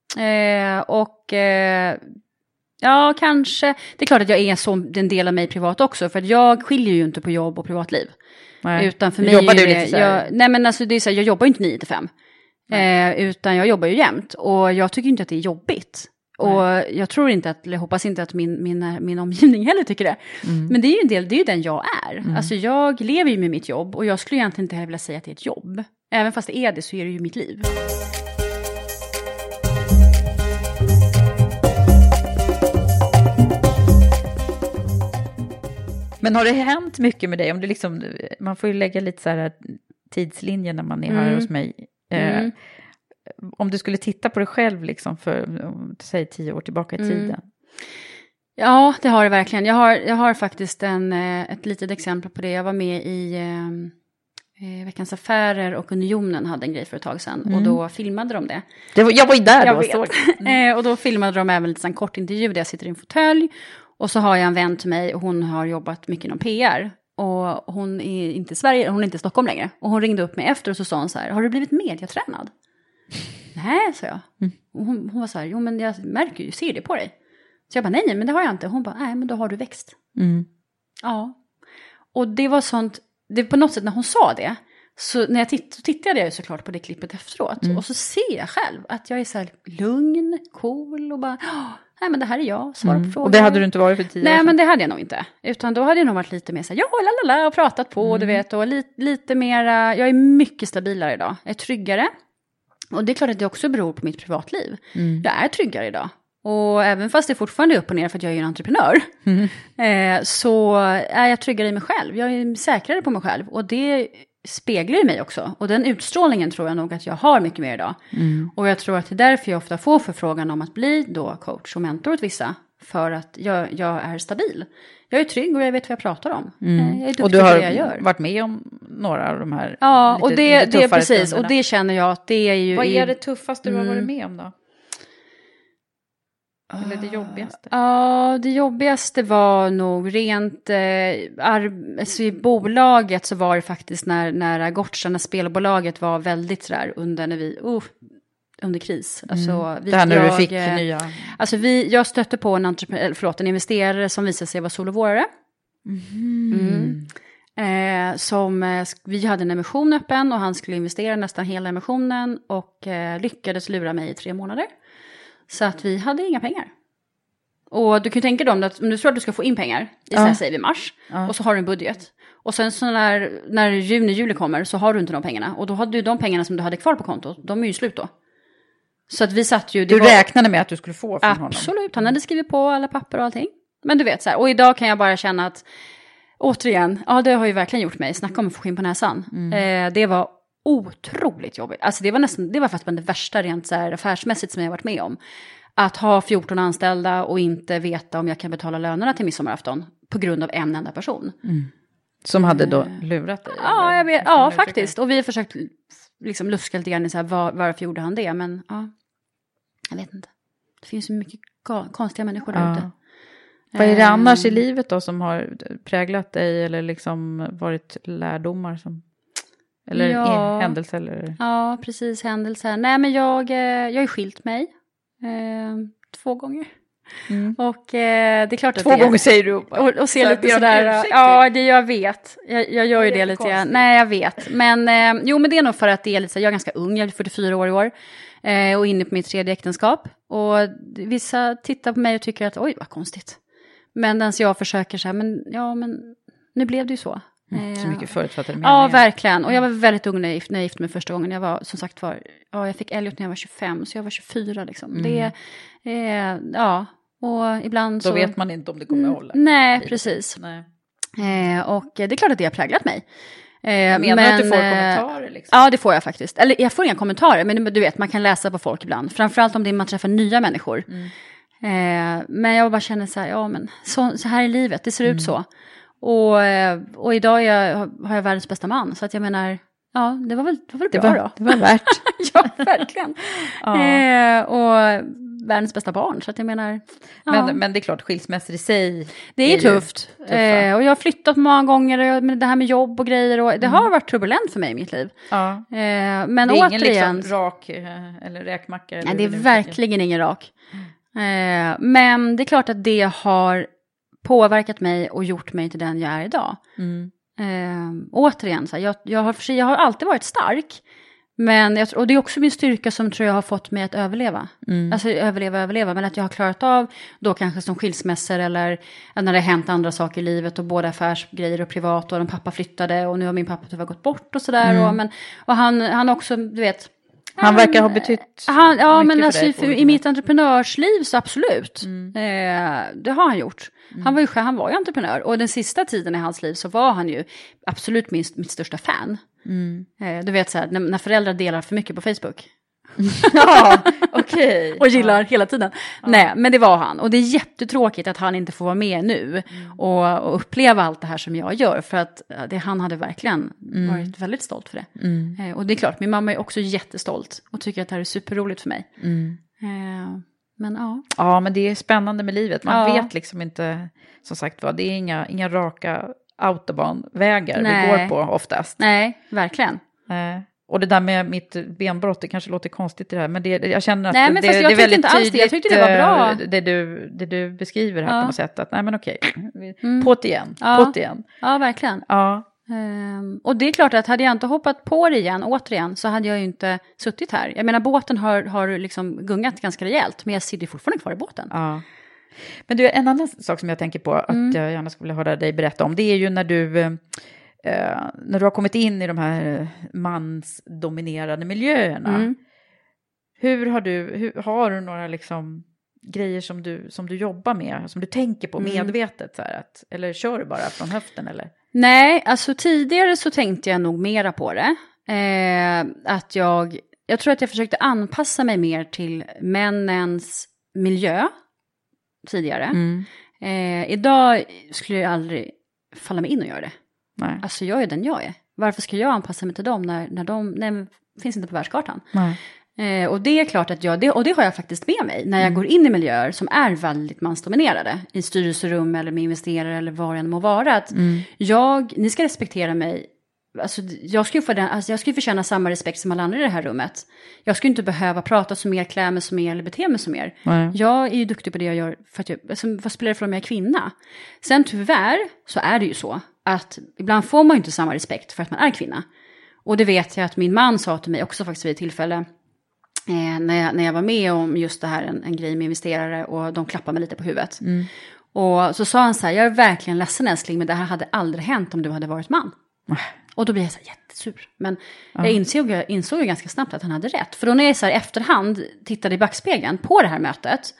Ja, kanske. Det är klart att jag är som en del av mig privat också. För att jag skiljer ju inte på jobb och privatliv. Nej. Utan för mig jobbar du lite så här? Nej, men alltså det är så här, jag jobbar ju inte 9-5. Utan jag jobbar ju jämt. Och jag tycker inte att det är jobbigt. Och jag tror inte att, eller hoppas inte att min omgivning heller tycker det. Men det är ju en del, det är ju den jag är. Alltså jag lever ju med mitt jobb. Och jag skulle egentligen inte heller vilja säga att det är ett jobb. Även fast det är det så är det ju mitt liv. Men har det hänt mycket med dig? Om det liksom, man får ju lägga lite så här tidslinjer när man är här hos mig. Om du skulle titta på dig själv liksom för, säg 10 år tillbaka i tiden. Ja, det har det verkligen. Jag har faktiskt ett litet exempel på det. Jag var med i Veckans Affärer och Unionen hade en grej för ett tag sedan. Och då filmade de det. Jag var ju där då. Och då filmade de även lite en kort intervju där jag sitter i en fåtölj. Och så har jag en vän till mig och hon har jobbat mycket inom PR. Och hon är inte i Sverige, hon är inte i Stockholm längre. Och hon ringde upp mig efter och så sa hon så här, har du blivit mediatränad? Nej, sa jag. Hon var så här, jo men jag märker ju, ser det på dig. Så jag bara, nej men det har jag inte. Hon bara, nej men då har du växt. Ja. Och det var sånt, det på något sätt när hon sa det. Så när jag tittade jag ju såklart på det klippet efteråt. Och så ser jag själv att jag är så här lugn, cool och bara, nej men det här är jag, svara på frågor. Och det hade du inte varit för 10 år sedan? Nej men det hade jag nog inte. Utan då hade jag nog varit lite mer så här, ja lalala och pratat på du vet. Och lite mera, jag är mycket stabilare idag. Jag är tryggare. Och det är klart att det också beror på mitt privatliv. Jag är tryggare idag. Och även fast det fortfarande är upp och ner för att jag är en entreprenör. Så är jag tryggare i mig själv. Jag är säkrare på mig själv. Och det speglar ju mig också. Och den utstrålningen tror jag nog att jag har mycket mer idag. Och jag tror att det är därför jag ofta får förfrågan om att bli då coach och mentor åt vissa. För att jag är stabil. Jag är trygg och jag vet vad jag pratar om. Jag är duktig och du på har det jag gör. Varit med om några av de här och det är precis. Stunderna. Och det känner jag att det är ju... Vad är det tuffaste du har varit med om då? Eller det jobbigaste? Ja, det jobbigaste var nog rent... alltså i bolaget så var det faktiskt när Gotcha, spelbolaget var väldigt sådär under kris. Alltså, där när du fick nya... Alltså jag stötte på en investerare som visade sig vara solovårare. Vi hade en emission öppen och han skulle investera nästan hela emissionen och lyckades lura mig i 3 månader. Så att vi hade inga pengar. Och du kan ju tänka dig att om du tror att du ska få in pengar i säger vi mars och så har du en budget. Och sen så när juni kommer så har du inte de pengarna. Och då hade du de pengarna som du hade kvar på kontot, de är ju slut då. Så att vi satt ju... Du räknade med att du skulle få från honom? Absolut, han hade skrivit på alla papper och allting. Men du vet så här, och idag kan jag bara känna att, återigen, ja det har ju verkligen gjort mig, snacka om att få skinn på näsan. Det var otroligt jobbigt. Alltså det var faktiskt det värsta rent så här affärsmässigt som jag har varit med om. Att ha 14 anställda och inte veta om jag kan betala lönerna till midsommarafton på grund av en enda person. Som hade då lurat dig? Ja, jag vet, ja faktiskt. Och vi har försökt liksom luska lite grann i så här, varför gjorde han det? Men ja, jag vet inte. Det finns ju mycket konstiga människor där ute. Vad är det annars i livet då som har präglat dig eller liksom varit lärdomar som... Eller händelser? Eller? Ja, precis, händelser. Nej, men jag har skilt mig 2 gånger. Och det är klart att 2 gånger säger du. Och ser lite sådär. Ja, det jag vet. Jag gör ju det lite. Konstigt. Nej, jag vet. Men men det är nog för att det är lite så, jag är ganska ung. Jag är 44 år i år. Och inne på mitt 3:e äktenskap. Och vissa tittar på mig och tycker att oj, vad konstigt. Men den jag försöker så här, men nu blev det ju så. Så mycket förutfattade meningar. Ja, verkligen. Och jag var väldigt ung när jag gifte mig första gången. Jag var, som sagt jag fick Elliot när jag var 25, så jag var 24 liksom. Det och ibland då vet man inte om det kommer att hålla. Nej, precis. Nej. Och det är klart att det har präglat mig. Menar du att du får kommentarer? Liksom? Ja, det får jag faktiskt. Eller jag får inga kommentarer, men du vet, man kan läsa på folk ibland. Framförallt om man träffar nya människor. Men jag bara känner så här, men så här är livet, det ser ut så. Och idag har jag världens bästa man. Så att jag menar, ja, det var väl bra då. Det var värt. Ja, verkligen. Och världens bästa barn. Så att jag menar... Ja. Men det är klart, skilsmässor i sig... Det är tufft. Och jag har flyttat många gånger. Och det här med jobb och grejer. Och det har varit turbulent för mig i mitt liv. Ja. Men det är återigen... ingen liksom rak eller räkmacka? Eller nej, det är verkligen ingen rak. Men det är klart att det har påverkat mig och gjort mig till den jag är idag. Återigen, så här, jag har alltid varit stark. Men och det är också min styrka som tror jag har fått mig att överleva. Alltså överleva. Men att jag har klarat av då kanske som skilsmässor eller när det har hänt andra saker i livet. Och både affärsgrejer och privat. Och en pappa flyttade och nu har min pappa tyvärr gått bort och sådär. Och han också, du vet... Han verkar ha betytt men alltså i mitt entreprenörsliv så absolut. Det har han gjort. Han var ju entreprenör. Och den sista tiden i hans liv så var han ju absolut mitt största fan. Du vet så här, när föräldrar delar för mycket på Facebook. Ja, okej. Och gillar hela tiden. Nej, men det var han. Och det är jättetråkigt att han inte får vara med nu. Och uppleva allt det här som jag gör. För att han hade verkligen varit väldigt stolt för det. Och det är klart, min mamma är också jättestolt. Och tycker att det här är superroligt för mig. Men ja. Ja, men det är spännande med livet. Man vet liksom inte, som sagt var, det är inga raka autobahnvägar vi går på oftast. Nej, verkligen. Och det där med mitt benbrott, det kanske låter konstigt i det här. Men jag känner att det är väldigt inte tydligt. Jag tyckte det var bra. Det du beskriver här på något sätt. Att nej men okej, på't igen. Ja, verkligen. Ja. Och det är klart att hade jag inte hoppat på det igen, återigen, så hade jag ju inte suttit här. Jag menar, båten har liksom gungat ganska rejält. Men jag sitter fortfarande kvar i båten. Ja. Men du, en annan sak som jag tänker på att jag gärna skulle vilja höra dig berätta om. Det är ju när du har kommit in i de här mansdominerade miljöerna. Har du några liksom grejer som du jobbar med, som du tänker på medvetet så här, eller kör du bara från höften eller? Nej, alltså tidigare så tänkte jag nog mera på det. Att jag tror att jag försökte anpassa mig mer till männens miljö tidigare. Idag skulle jag aldrig falla mig in och göra det. Nej. Alltså jag är den jag är. Varför ska jag anpassa mig till dem när de finns inte på världskartan? Och det är klart att det har jag faktiskt med mig när jag går in i miljöer som är väldigt mansdominerade. I styrelserum eller med investerare eller vad det än må vara. Att ni ska respektera mig. Alltså, jag ska ju förtjäna samma respekt som alla andra i det här rummet. Jag ska inte behöva prata så mer, klä mig så mer eller bete mig så mer. Jag är ju duktig på det jag gör. För att vad spelar det för om jag är kvinna? Sen tyvärr så är det ju så att ibland får man ju inte samma respekt för att man är kvinna. Och det vet jag att min man sa till mig också faktiskt vid ett tillfälle. När jag var med om just det här, en grej med investerare och de klappade mig lite på huvudet. Och så sa han så här, jag är verkligen ledsen älskling, men det här hade aldrig hänt om du hade varit man. Och då blev jag så här jättesur. Men jag insåg ju ganska snabbt att han hade rätt. För då när jag så här efterhand tittade i backspegeln på det här mötet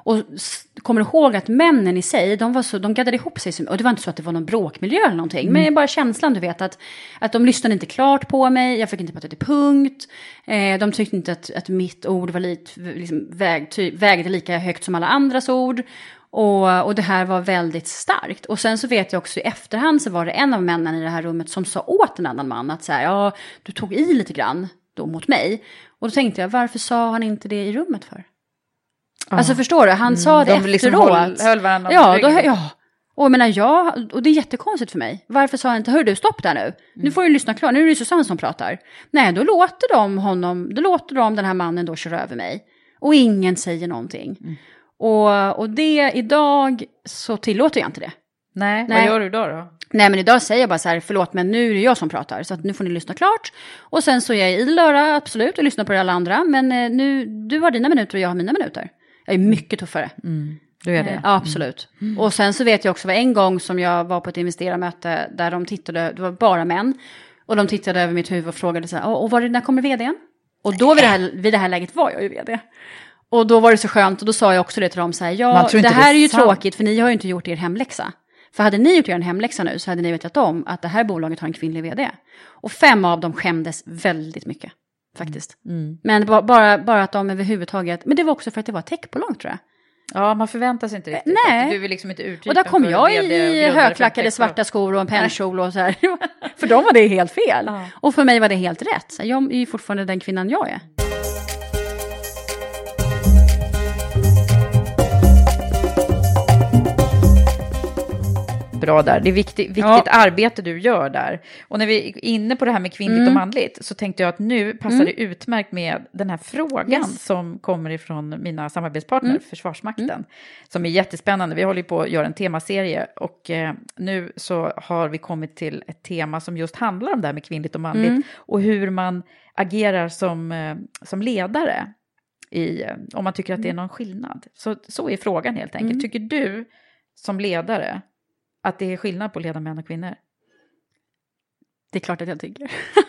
Och kommer ihåg att männen i sig, de gaddade ihop sig. Och det var inte så att det var någon bråkmiljö eller någonting. Men bara känslan, du vet, att de lyssnade inte klart på mig. Jag fick inte prata till punkt. De tyckte inte att mitt ord var liksom vägde lika högt som alla andras ord. Och det här var väldigt starkt. Och sen så vet jag också i efterhand så var det en av männen i det här rummet som sa åt en annan man att så här, ja, du tog i lite grann då mot mig. Och då tänkte jag, varför sa han inte det i rummet för? Alltså förstår du, han sa det efteråt. Liksom höll varandra ja. Och jag menar, och det är jättekonstigt för mig. Varför sa han inte, hör du, stopp där nu. Nu får du lyssna klart, nu är det Susanne som pratar. Nej, då låter de den här mannen då köra över mig. Och ingen säger någonting. Och det idag så tillåter jag inte det. Nej. Vad gör du då? Nej, men idag säger jag bara så här, förlåt, men nu är det jag som pratar. Så att nu får ni lyssna klart. Och sen så är jag idel öra, absolut, och lyssnar på alla andra. Men nu, du har dina minuter och jag har mina minuter. Jag är mycket tuffare. Du är det? Ja, absolut. Och sen så vet jag också, var en gång som jag var på ett investerarmöte där de tittade, det var bara män. Och de tittade över mitt huvud och frågade så här, och när kommer vdn? Och då vid det här läget var jag ju vd. Och då var det så skönt, och då sa jag också det till dem så här, ja, det här är ju tråkigt för ni har ju inte gjort er hemläxa. För hade ni gjort er hemläxa nu så hade ni vetat om att det här bolaget har en kvinnlig vd. Och 5 av dem skämdes väldigt mycket, faktiskt. Men bara att de överhuvudtaget, men det var också för att det var ett techbolag, tror jag. Ja, man förväntar sig inte riktigt. Nej. Du vill liksom inte uttypen. Och där kom jag i högklackade svarta skor och en pennkjol och så här. För dem var det helt fel. Och för mig var det helt rätt. Jag är ju fortfarande den kvinnan jag är. Bra där. Det är viktigt arbete du gör där. Och när vi är inne på det här med kvinnligt och manligt så tänkte jag att nu passar det utmärkt med den här frågan som kommer ifrån mina samarbetspartner, Försvarsmakten, som är jättespännande. Vi håller på att göra en temaserie och nu så har vi kommit till ett tema som just handlar om det här med kvinnligt och manligt och hur man agerar som ledare om man tycker att det är någon skillnad. Så är frågan helt enkelt. Tycker du som ledare att det är skillnad på att leda män och kvinnor? Det är klart att jag tycker.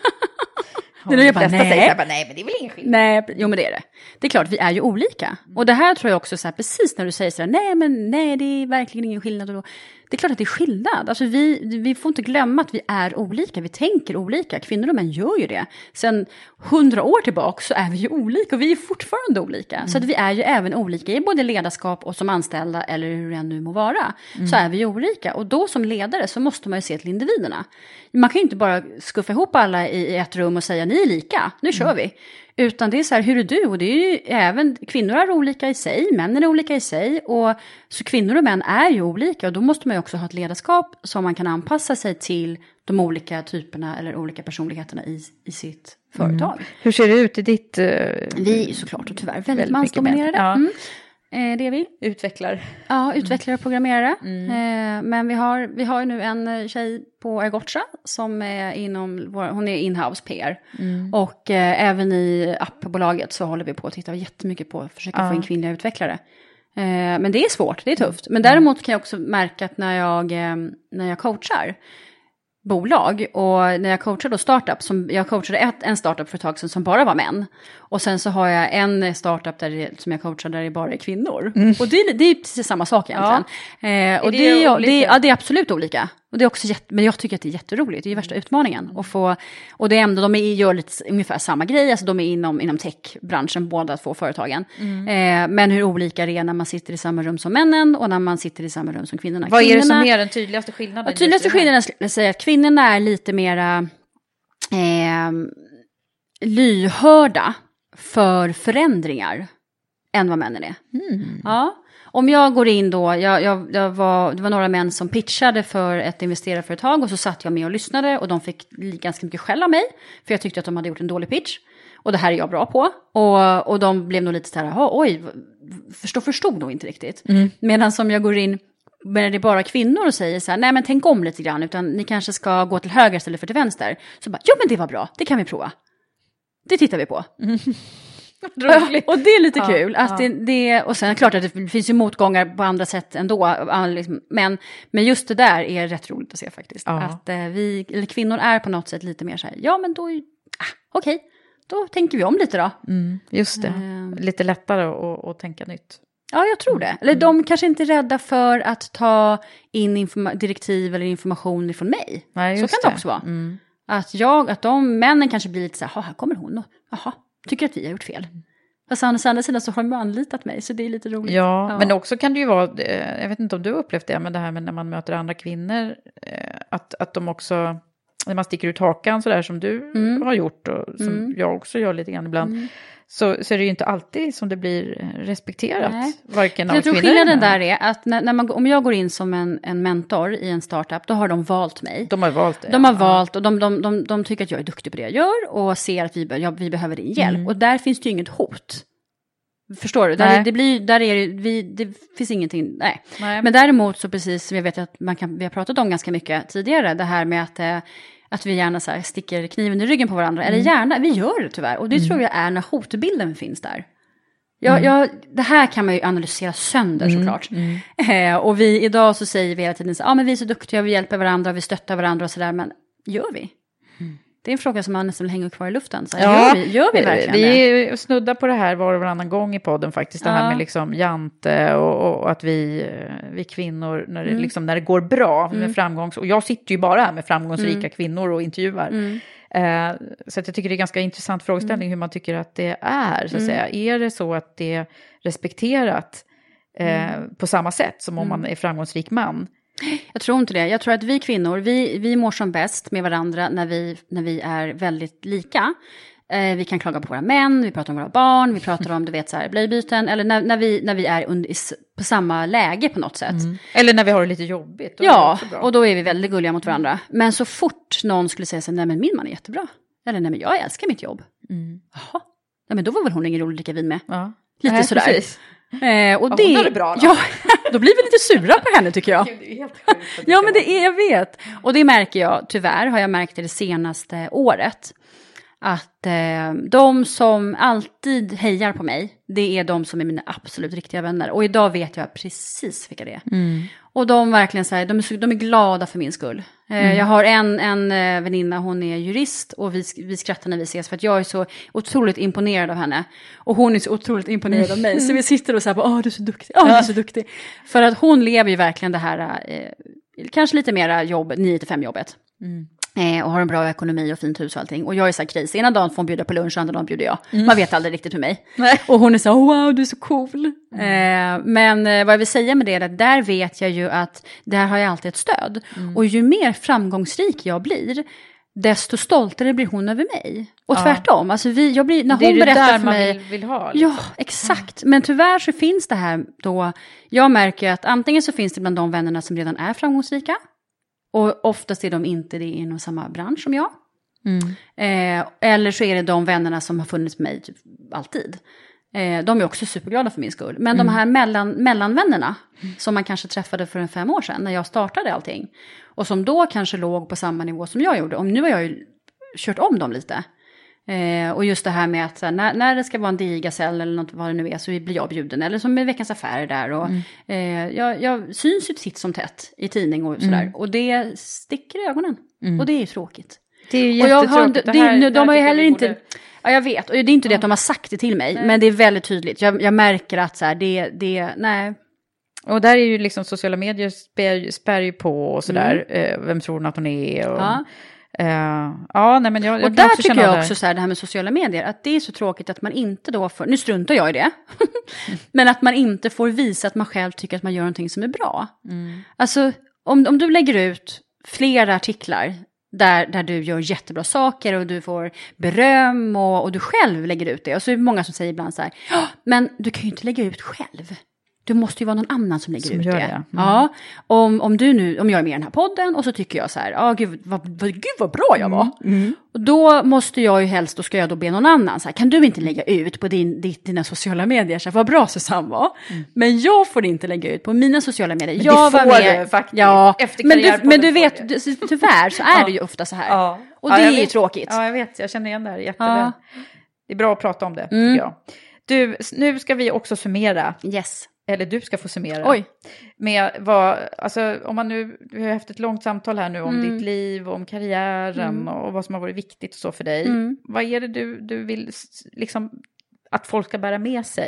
Det är bara, nej, men det är väl ingen skillnad. Nej, jo men det är det. Det är klart, vi är ju olika. Och det här tror jag också så här, precis när du säger så här, nej, det är verkligen ingen skillnad. Och då, det är klart att det är skillnad. Alltså vi får inte glömma att vi är olika. Vi tänker olika. Kvinnor och män gör ju det. Sen 100 år tillbaka så är vi ju olika och vi är fortfarande olika. Så att vi är ju även olika i både ledarskap och som anställda eller hur det än nu må vara. Så är vi ju olika. Och då som ledare så måste man ju se till individerna. Man kan ju inte bara skuffa ihop alla i ett rum och säga ni är lika, nu kör vi. Utan det är så här, hur är du? Och det är ju även, kvinnor är olika i sig, män är olika i sig. Och så kvinnor och män är ju olika och då måste man ju också ha ett ledarskap som man kan anpassa sig till de olika typerna eller olika personligheterna i sitt företag. Hur ser det ut i ditt... Vi är såklart och tyvärr väldigt mansdominerade. Det är vi. Utvecklar. Ja, utvecklare och programmerare. Men vi har ju nu en tjej på Ergotcha som är hon är inhouse PR. Och även i appbolaget så håller vi på att titta jättemycket på att försöka få in kvinnliga utvecklare. Men det är svårt, det är tufft. Men däremot kan jag också märka att när jag coachar bolag och när jag coachar då startup, jag coachade en startup för ett tag sedan som bara var män och sen så har jag en startup som jag coachar där det bara är kvinnor och det är precis samma sak egentligen. Och det är absolut olika och det är också men jag tycker att det är jätteroligt, det är ju värsta utmaningen och det är ändå, de gör lite ungefär samma grej, alltså de är inom techbranschen båda två företagen, men hur olika det är när man sitter i samma rum som männen och när man sitter i samma rum som kvinnorna. Vad är det som är den tydligaste skillnaden? Den tydligaste skillnaden skulle jag säga att kvinnorna är lite mera lyhörda för förändringar än vad männen är. Ja. Om jag går in då, det var några män som pitchade för ett investerarföretag och så satt jag med och lyssnade och de fick ganska mycket skäll av mig för jag tyckte att de hade gjort en dålig pitch. Och det här är jag bra på. Och de blev nog lite så här, oj, förstod nog inte riktigt. Medan som jag går in, när det är bara kvinnor och säger så här, nej men tänk om lite grann, utan ni kanske ska gå till höger istället för till vänster. Så bara, jo men det var bra, det kan vi prova. Det tittar vi på. Och det är lite kul. Att och sen är det klart att det finns ju motgångar på andra sätt ändå. Men just det där är rätt roligt att se faktiskt. Att kvinnor är på något sätt lite mer så här, ja men då, okej, då tänker vi om lite då. Just det, lite lättare att tänka nytt. Ja, jag tror det. Eller de kanske inte är rädda för att ta in direktiv eller information från mig. Nej, så kan det också vara. Att de männen kanske blir lite så här, här kommer hon och tycker att vi har gjort fel. Fast å andra sidan så har de anlitat mig, så det är lite roligt. Ja, men också kan det ju vara, jag vet inte om du har upplevt det, men det här med när man möter andra kvinnor, att de också, när man sticker ut hakan sådär som du har gjort och som jag också gör lite grann ibland, så är det ju inte alltid som det blir respekterat. Varken av jag tror kvinnor. Skillnaden där är att om jag går in som en mentor i en startup, då har de valt mig. De har valt det. De har valt och de tycker att jag är duktig på det jag gör och ser att vi behöver din hjälp. Och där finns det ju inget hot. Förstår du? Det finns ingenting, nej. Men däremot så precis som jag vet att vi har pratat om ganska mycket tidigare, det här med att vi gärna så här sticker kniven i ryggen på varandra. Eller gärna, vi gör det tyvärr. Och det tror jag är när hotbilden finns där. Det här kan man ju analysera sönder såklart. Och idag så säger vi hela tiden så men vi är så duktiga, vi hjälper varandra, vi stöttar varandra och sådär. Men gör vi? Det är en fråga som man nästan hänger kvar i luften. Så gör vi verkligen det? Vi snuddar på det här var och varannan gång i podden faktiskt. Det här med liksom jante och att vi kvinnor, när det går bra med framgångs... Och jag sitter ju bara här med framgångsrika kvinnor och intervjuar. Så att jag tycker det är ganska intressant frågeställning hur man tycker att det är. Så att säga. Är det så att det är respekterat på samma sätt som om man är framgångsrik man? Jag tror inte det. Jag tror att vi kvinnor, vi mår som bäst med varandra när vi är väldigt lika. Vi kan klaga på våra män, vi pratar om våra barn, vi pratar om blöjbyten. Eller när vi är på samma läge på något sätt. Eller när vi har det lite jobbigt. Ja, och då är vi väldigt gulliga mot varandra. Men så fort någon skulle säga så nej men min man är jättebra. Eller nej men jag älskar mitt jobb. Jaha, nej men då var väl hon ingen rolig att dricka vin med. Ja. Lite sådär. Precis. Och det är det bra då. Ja, då blir vi lite sura på henne tycker jag. Det är helt sjukt. Ja men jag vet. Och det märker jag, tyvärr har jag märkt det senaste året. Att de som alltid hejar på mig, det är de som är mina absolut riktiga vänner. Och idag vet jag precis vilka det är. Och de verkligen så här, de är glada för min skull. Jag har en väninna, hon är jurist och vi skrattar när vi ses för att jag är så otroligt imponerad av henne. Och hon är så otroligt imponerad av mig. Så vi sitter och så här, du är så duktig, du är så duktig. För att hon lever ju verkligen det här, kanske lite mera jobb, 9-5 jobbet. Och har en bra ekonomi och fint hus och allting. Och jag är så här kris. Ena dagen får hon bjuda på lunch och andra dagen bjuder jag. Man vet aldrig riktigt med mig. Nej. Och hon är så wow, du är så cool. Men vad jag vill säga med det är att där vet jag ju att där har jag alltid ett stöd. Och ju mer framgångsrik jag blir, desto stoltare blir hon över mig. Och tvärtom. Alltså när hon berättar för mig. Vill ha, liksom. Ja, exakt. Men tyvärr så finns det här då. Jag märker att antingen så finns det bland de vännerna som redan är framgångsrika. Och oftast är de inte det inom samma bransch som jag. Eller så är det de vännerna som har funnits med mig typ alltid. De är också superglada för min skull. Men de här mellanvännerna som man kanske träffade för 5 år sedan när jag startade allting. Och som då kanske låg på samma nivå som jag gjorde. Och nu har jag ju kört om dem lite. Och just det här med att när det ska vara en digasell eller något vad det nu är så blir jag bjuden. Eller som med Veckans Affärer där. Och, jag syns ju titt som tätt i tidning och sådär. Och det sticker i ögonen. Och det är ju tråkigt. Det är ju jättetråkigt. De har ju heller inte... Ja, jag vet. Och det är inte det att de har sagt det till mig. Nej. Men det är väldigt tydligt. Jag märker att så här, nej. Och där är ju liksom sociala medier spär ju på och sådär. Vem tror hon att hon är? Och, nej, men jag och där tycker jag också så här, det här med sociala medier, att det är så tråkigt att man inte då får, nu struntar jag i det, men att man inte får visa att man själv tycker att man gör någonting som är bra. Alltså, om du lägger ut flera artiklar där du gör jättebra saker och du får beröm och du själv lägger ut det, och så är det många som säger ibland så här, men du kan ju inte lägga ut själv. Du måste ju vara någon annan som lägger ut det. Ja, om jag är med i den här podden och så tycker jag så här, gud vad bra jag var. Och då måste jag ju helst, då ska jag då be någon annan så här, kan du inte lägga ut på dina sociala medier så här, vad bra Susanne var. Men jag får inte lägga ut på mina sociala medier. Men jag var med du, faktiskt. Ja, men du vet, tyvärr så är det ju ofta så här. Och det är ju tråkigt. Ja, jag vet, jag känner igen det här jätteväl. Det är bra att prata om det, tycker jag. Du, nu ska vi också summera. Yes. Eller du ska få summera. Oj. Med alltså om man nu, vi har haft ett långt samtal här nu om ditt liv, om karriären och vad som har varit viktigt och så för dig. Vad är det du vill liksom att folk ska bära med sig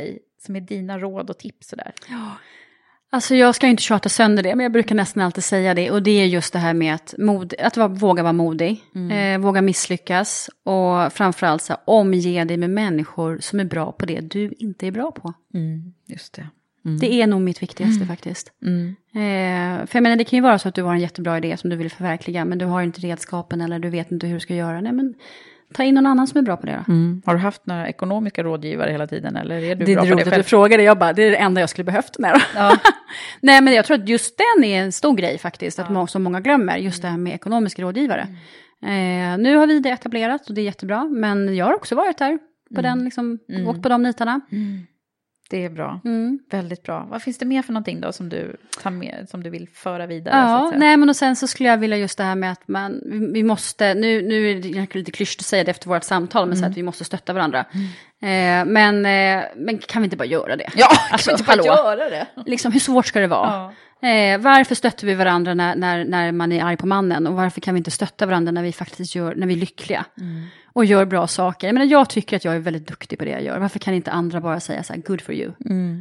som är dina råd och tips sådär? Ja. Alltså jag ska inte tjata sönder det, men jag brukar nästan alltid säga det. Och det är just det här med att våga vara modig, våga misslyckas. Och framförallt så här, omge dig med människor som är bra på det du inte är bra på. Just det. Det är nog mitt viktigaste faktiskt. För jag menar, det kan ju vara så att du har en jättebra idé som du vill förverkliga, men du har inte redskapen eller du vet inte hur du ska göra. Nej, men ta in någon annan som är bra på det då. Har du haft några ekonomiska rådgivare hela tiden? Eller är du det är bra på det själv? Att du frågar det. Jag bara, det är det enda jag skulle behövt. Ja. Nej, men jag tror att just den är en stor grej faktiskt. Att så många glömmer just det här med ekonomiska rådgivare. Nu har vi det etablerat och det är jättebra. Men jag har också varit där på den, liksom, åkt på de nitarna. Det är bra. Väldigt bra. Vad finns det mer för någonting då som du tar med, som du vill föra vidare? Ja, så att säga? Nej, men och sen så skulle jag vilja just det här med att vi måste, nu är det lite klyschigt att säga det efter vårt samtal, men så att vi måste stötta varandra. Men kan vi inte bara göra det? Ja, alltså, kan vi inte bara göra det? Liksom, hur svårt ska det vara? Ja. Varför stöttar vi varandra när man är arg på mannen? Och varför kan vi inte stötta varandra när vi faktiskt när vi är lyckliga? Och gör bra saker. Jag tycker att jag är väldigt duktig på det jag gör. Varför kan inte andra bara säga så här, good for you?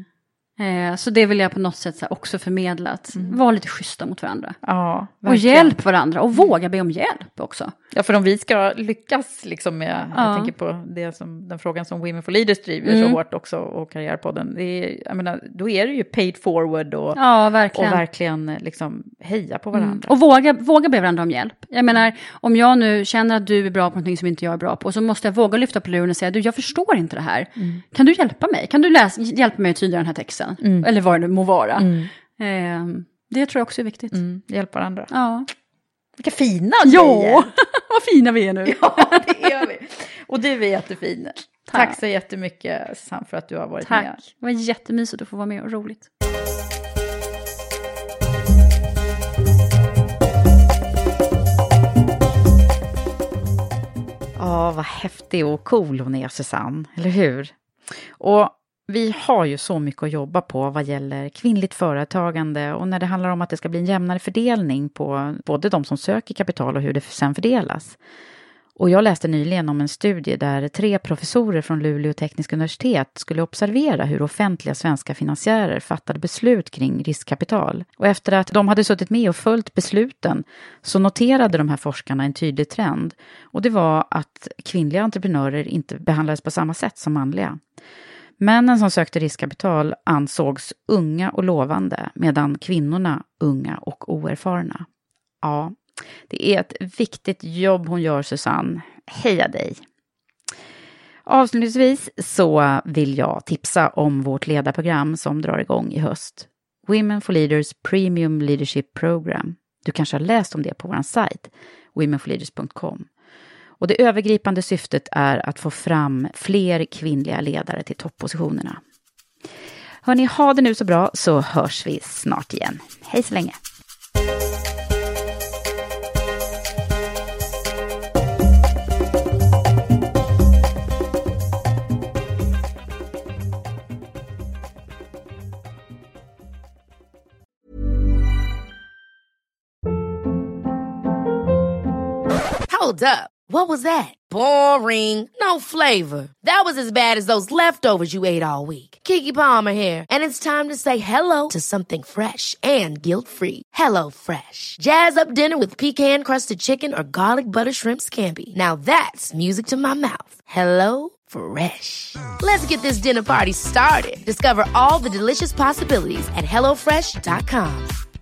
Så det vill jag på något sätt så här också förmedla. Att vara lite schyssta mot varandra. Ja, och hjälp varandra. Och våga be om hjälp också. Ja, för om vi ska lyckas liksom med, jag tänker på den frågan som Women for Leaders driver så hårt också, och Karriärpodden. Det är, jag menar, då är det ju paid forward och verkligen liksom heja på varandra. Och våga be varandra om hjälp. Jag menar, om jag nu känner att du är bra på någonting som inte jag är bra på, så måste jag våga lyfta på luren och säga, jag förstår inte det här. Kan du hjälpa mig? Kan du hjälpa mig att tyda den här texten? Eller vad det må vara. Det tror jag också är viktigt. Hjälpa varandra. Ja. Vilka fina vi är. Vad fina vi är nu. Ja, det är vi. Och du är jättefin. Tack så jättemycket, Susanne, för att du har varit med. Tack. Det var jättemysigt att få vara med och roligt. Vad häftig och cool hon är, Susanne. Eller hur? Och vi har ju så mycket att jobba på vad gäller kvinnligt företagande, och när det handlar om att det ska bli en jämnare fördelning på både de som söker kapital och hur det sen fördelas. Och jag läste nyligen om en studie där 3 professorer från Luleå tekniska universitet skulle observera hur offentliga svenska finansiärer fattade beslut kring riskkapital. Och efter att de hade suttit med och följt besluten så noterade de här forskarna en tydlig trend. Och det var att kvinnliga entreprenörer inte behandlades på samma sätt som manliga. Männen som sökte riskkapital ansågs unga och lovande, medan kvinnorna unga och oerfarna. Ja, det är ett viktigt jobb hon gör, Susanne. Heja dig! Avslutningsvis så vill jag tipsa om vårt ledarprogram som drar igång i höst. Women for Leaders Premium Leadership Program. Du kanske har läst om det på vår sajt, womenforleaders.com. Och det övergripande syftet är att få fram fler kvinnliga ledare till toppositionerna. Hörni, ha det nu så bra, så hörs vi snart igen. Hej så länge! Hold up. What was that? Boring. No flavor. That was as bad as those leftovers you ate all week. Keke Palmer here. And it's time to say hello to something fresh and guilt-free. Hello Fresh. Jazz up dinner with pecan-crusted chicken or garlic butter shrimp scampi. Now that's music to my mouth. Hello Fresh. Let's get this dinner party started. Discover all the delicious possibilities at HelloFresh.com.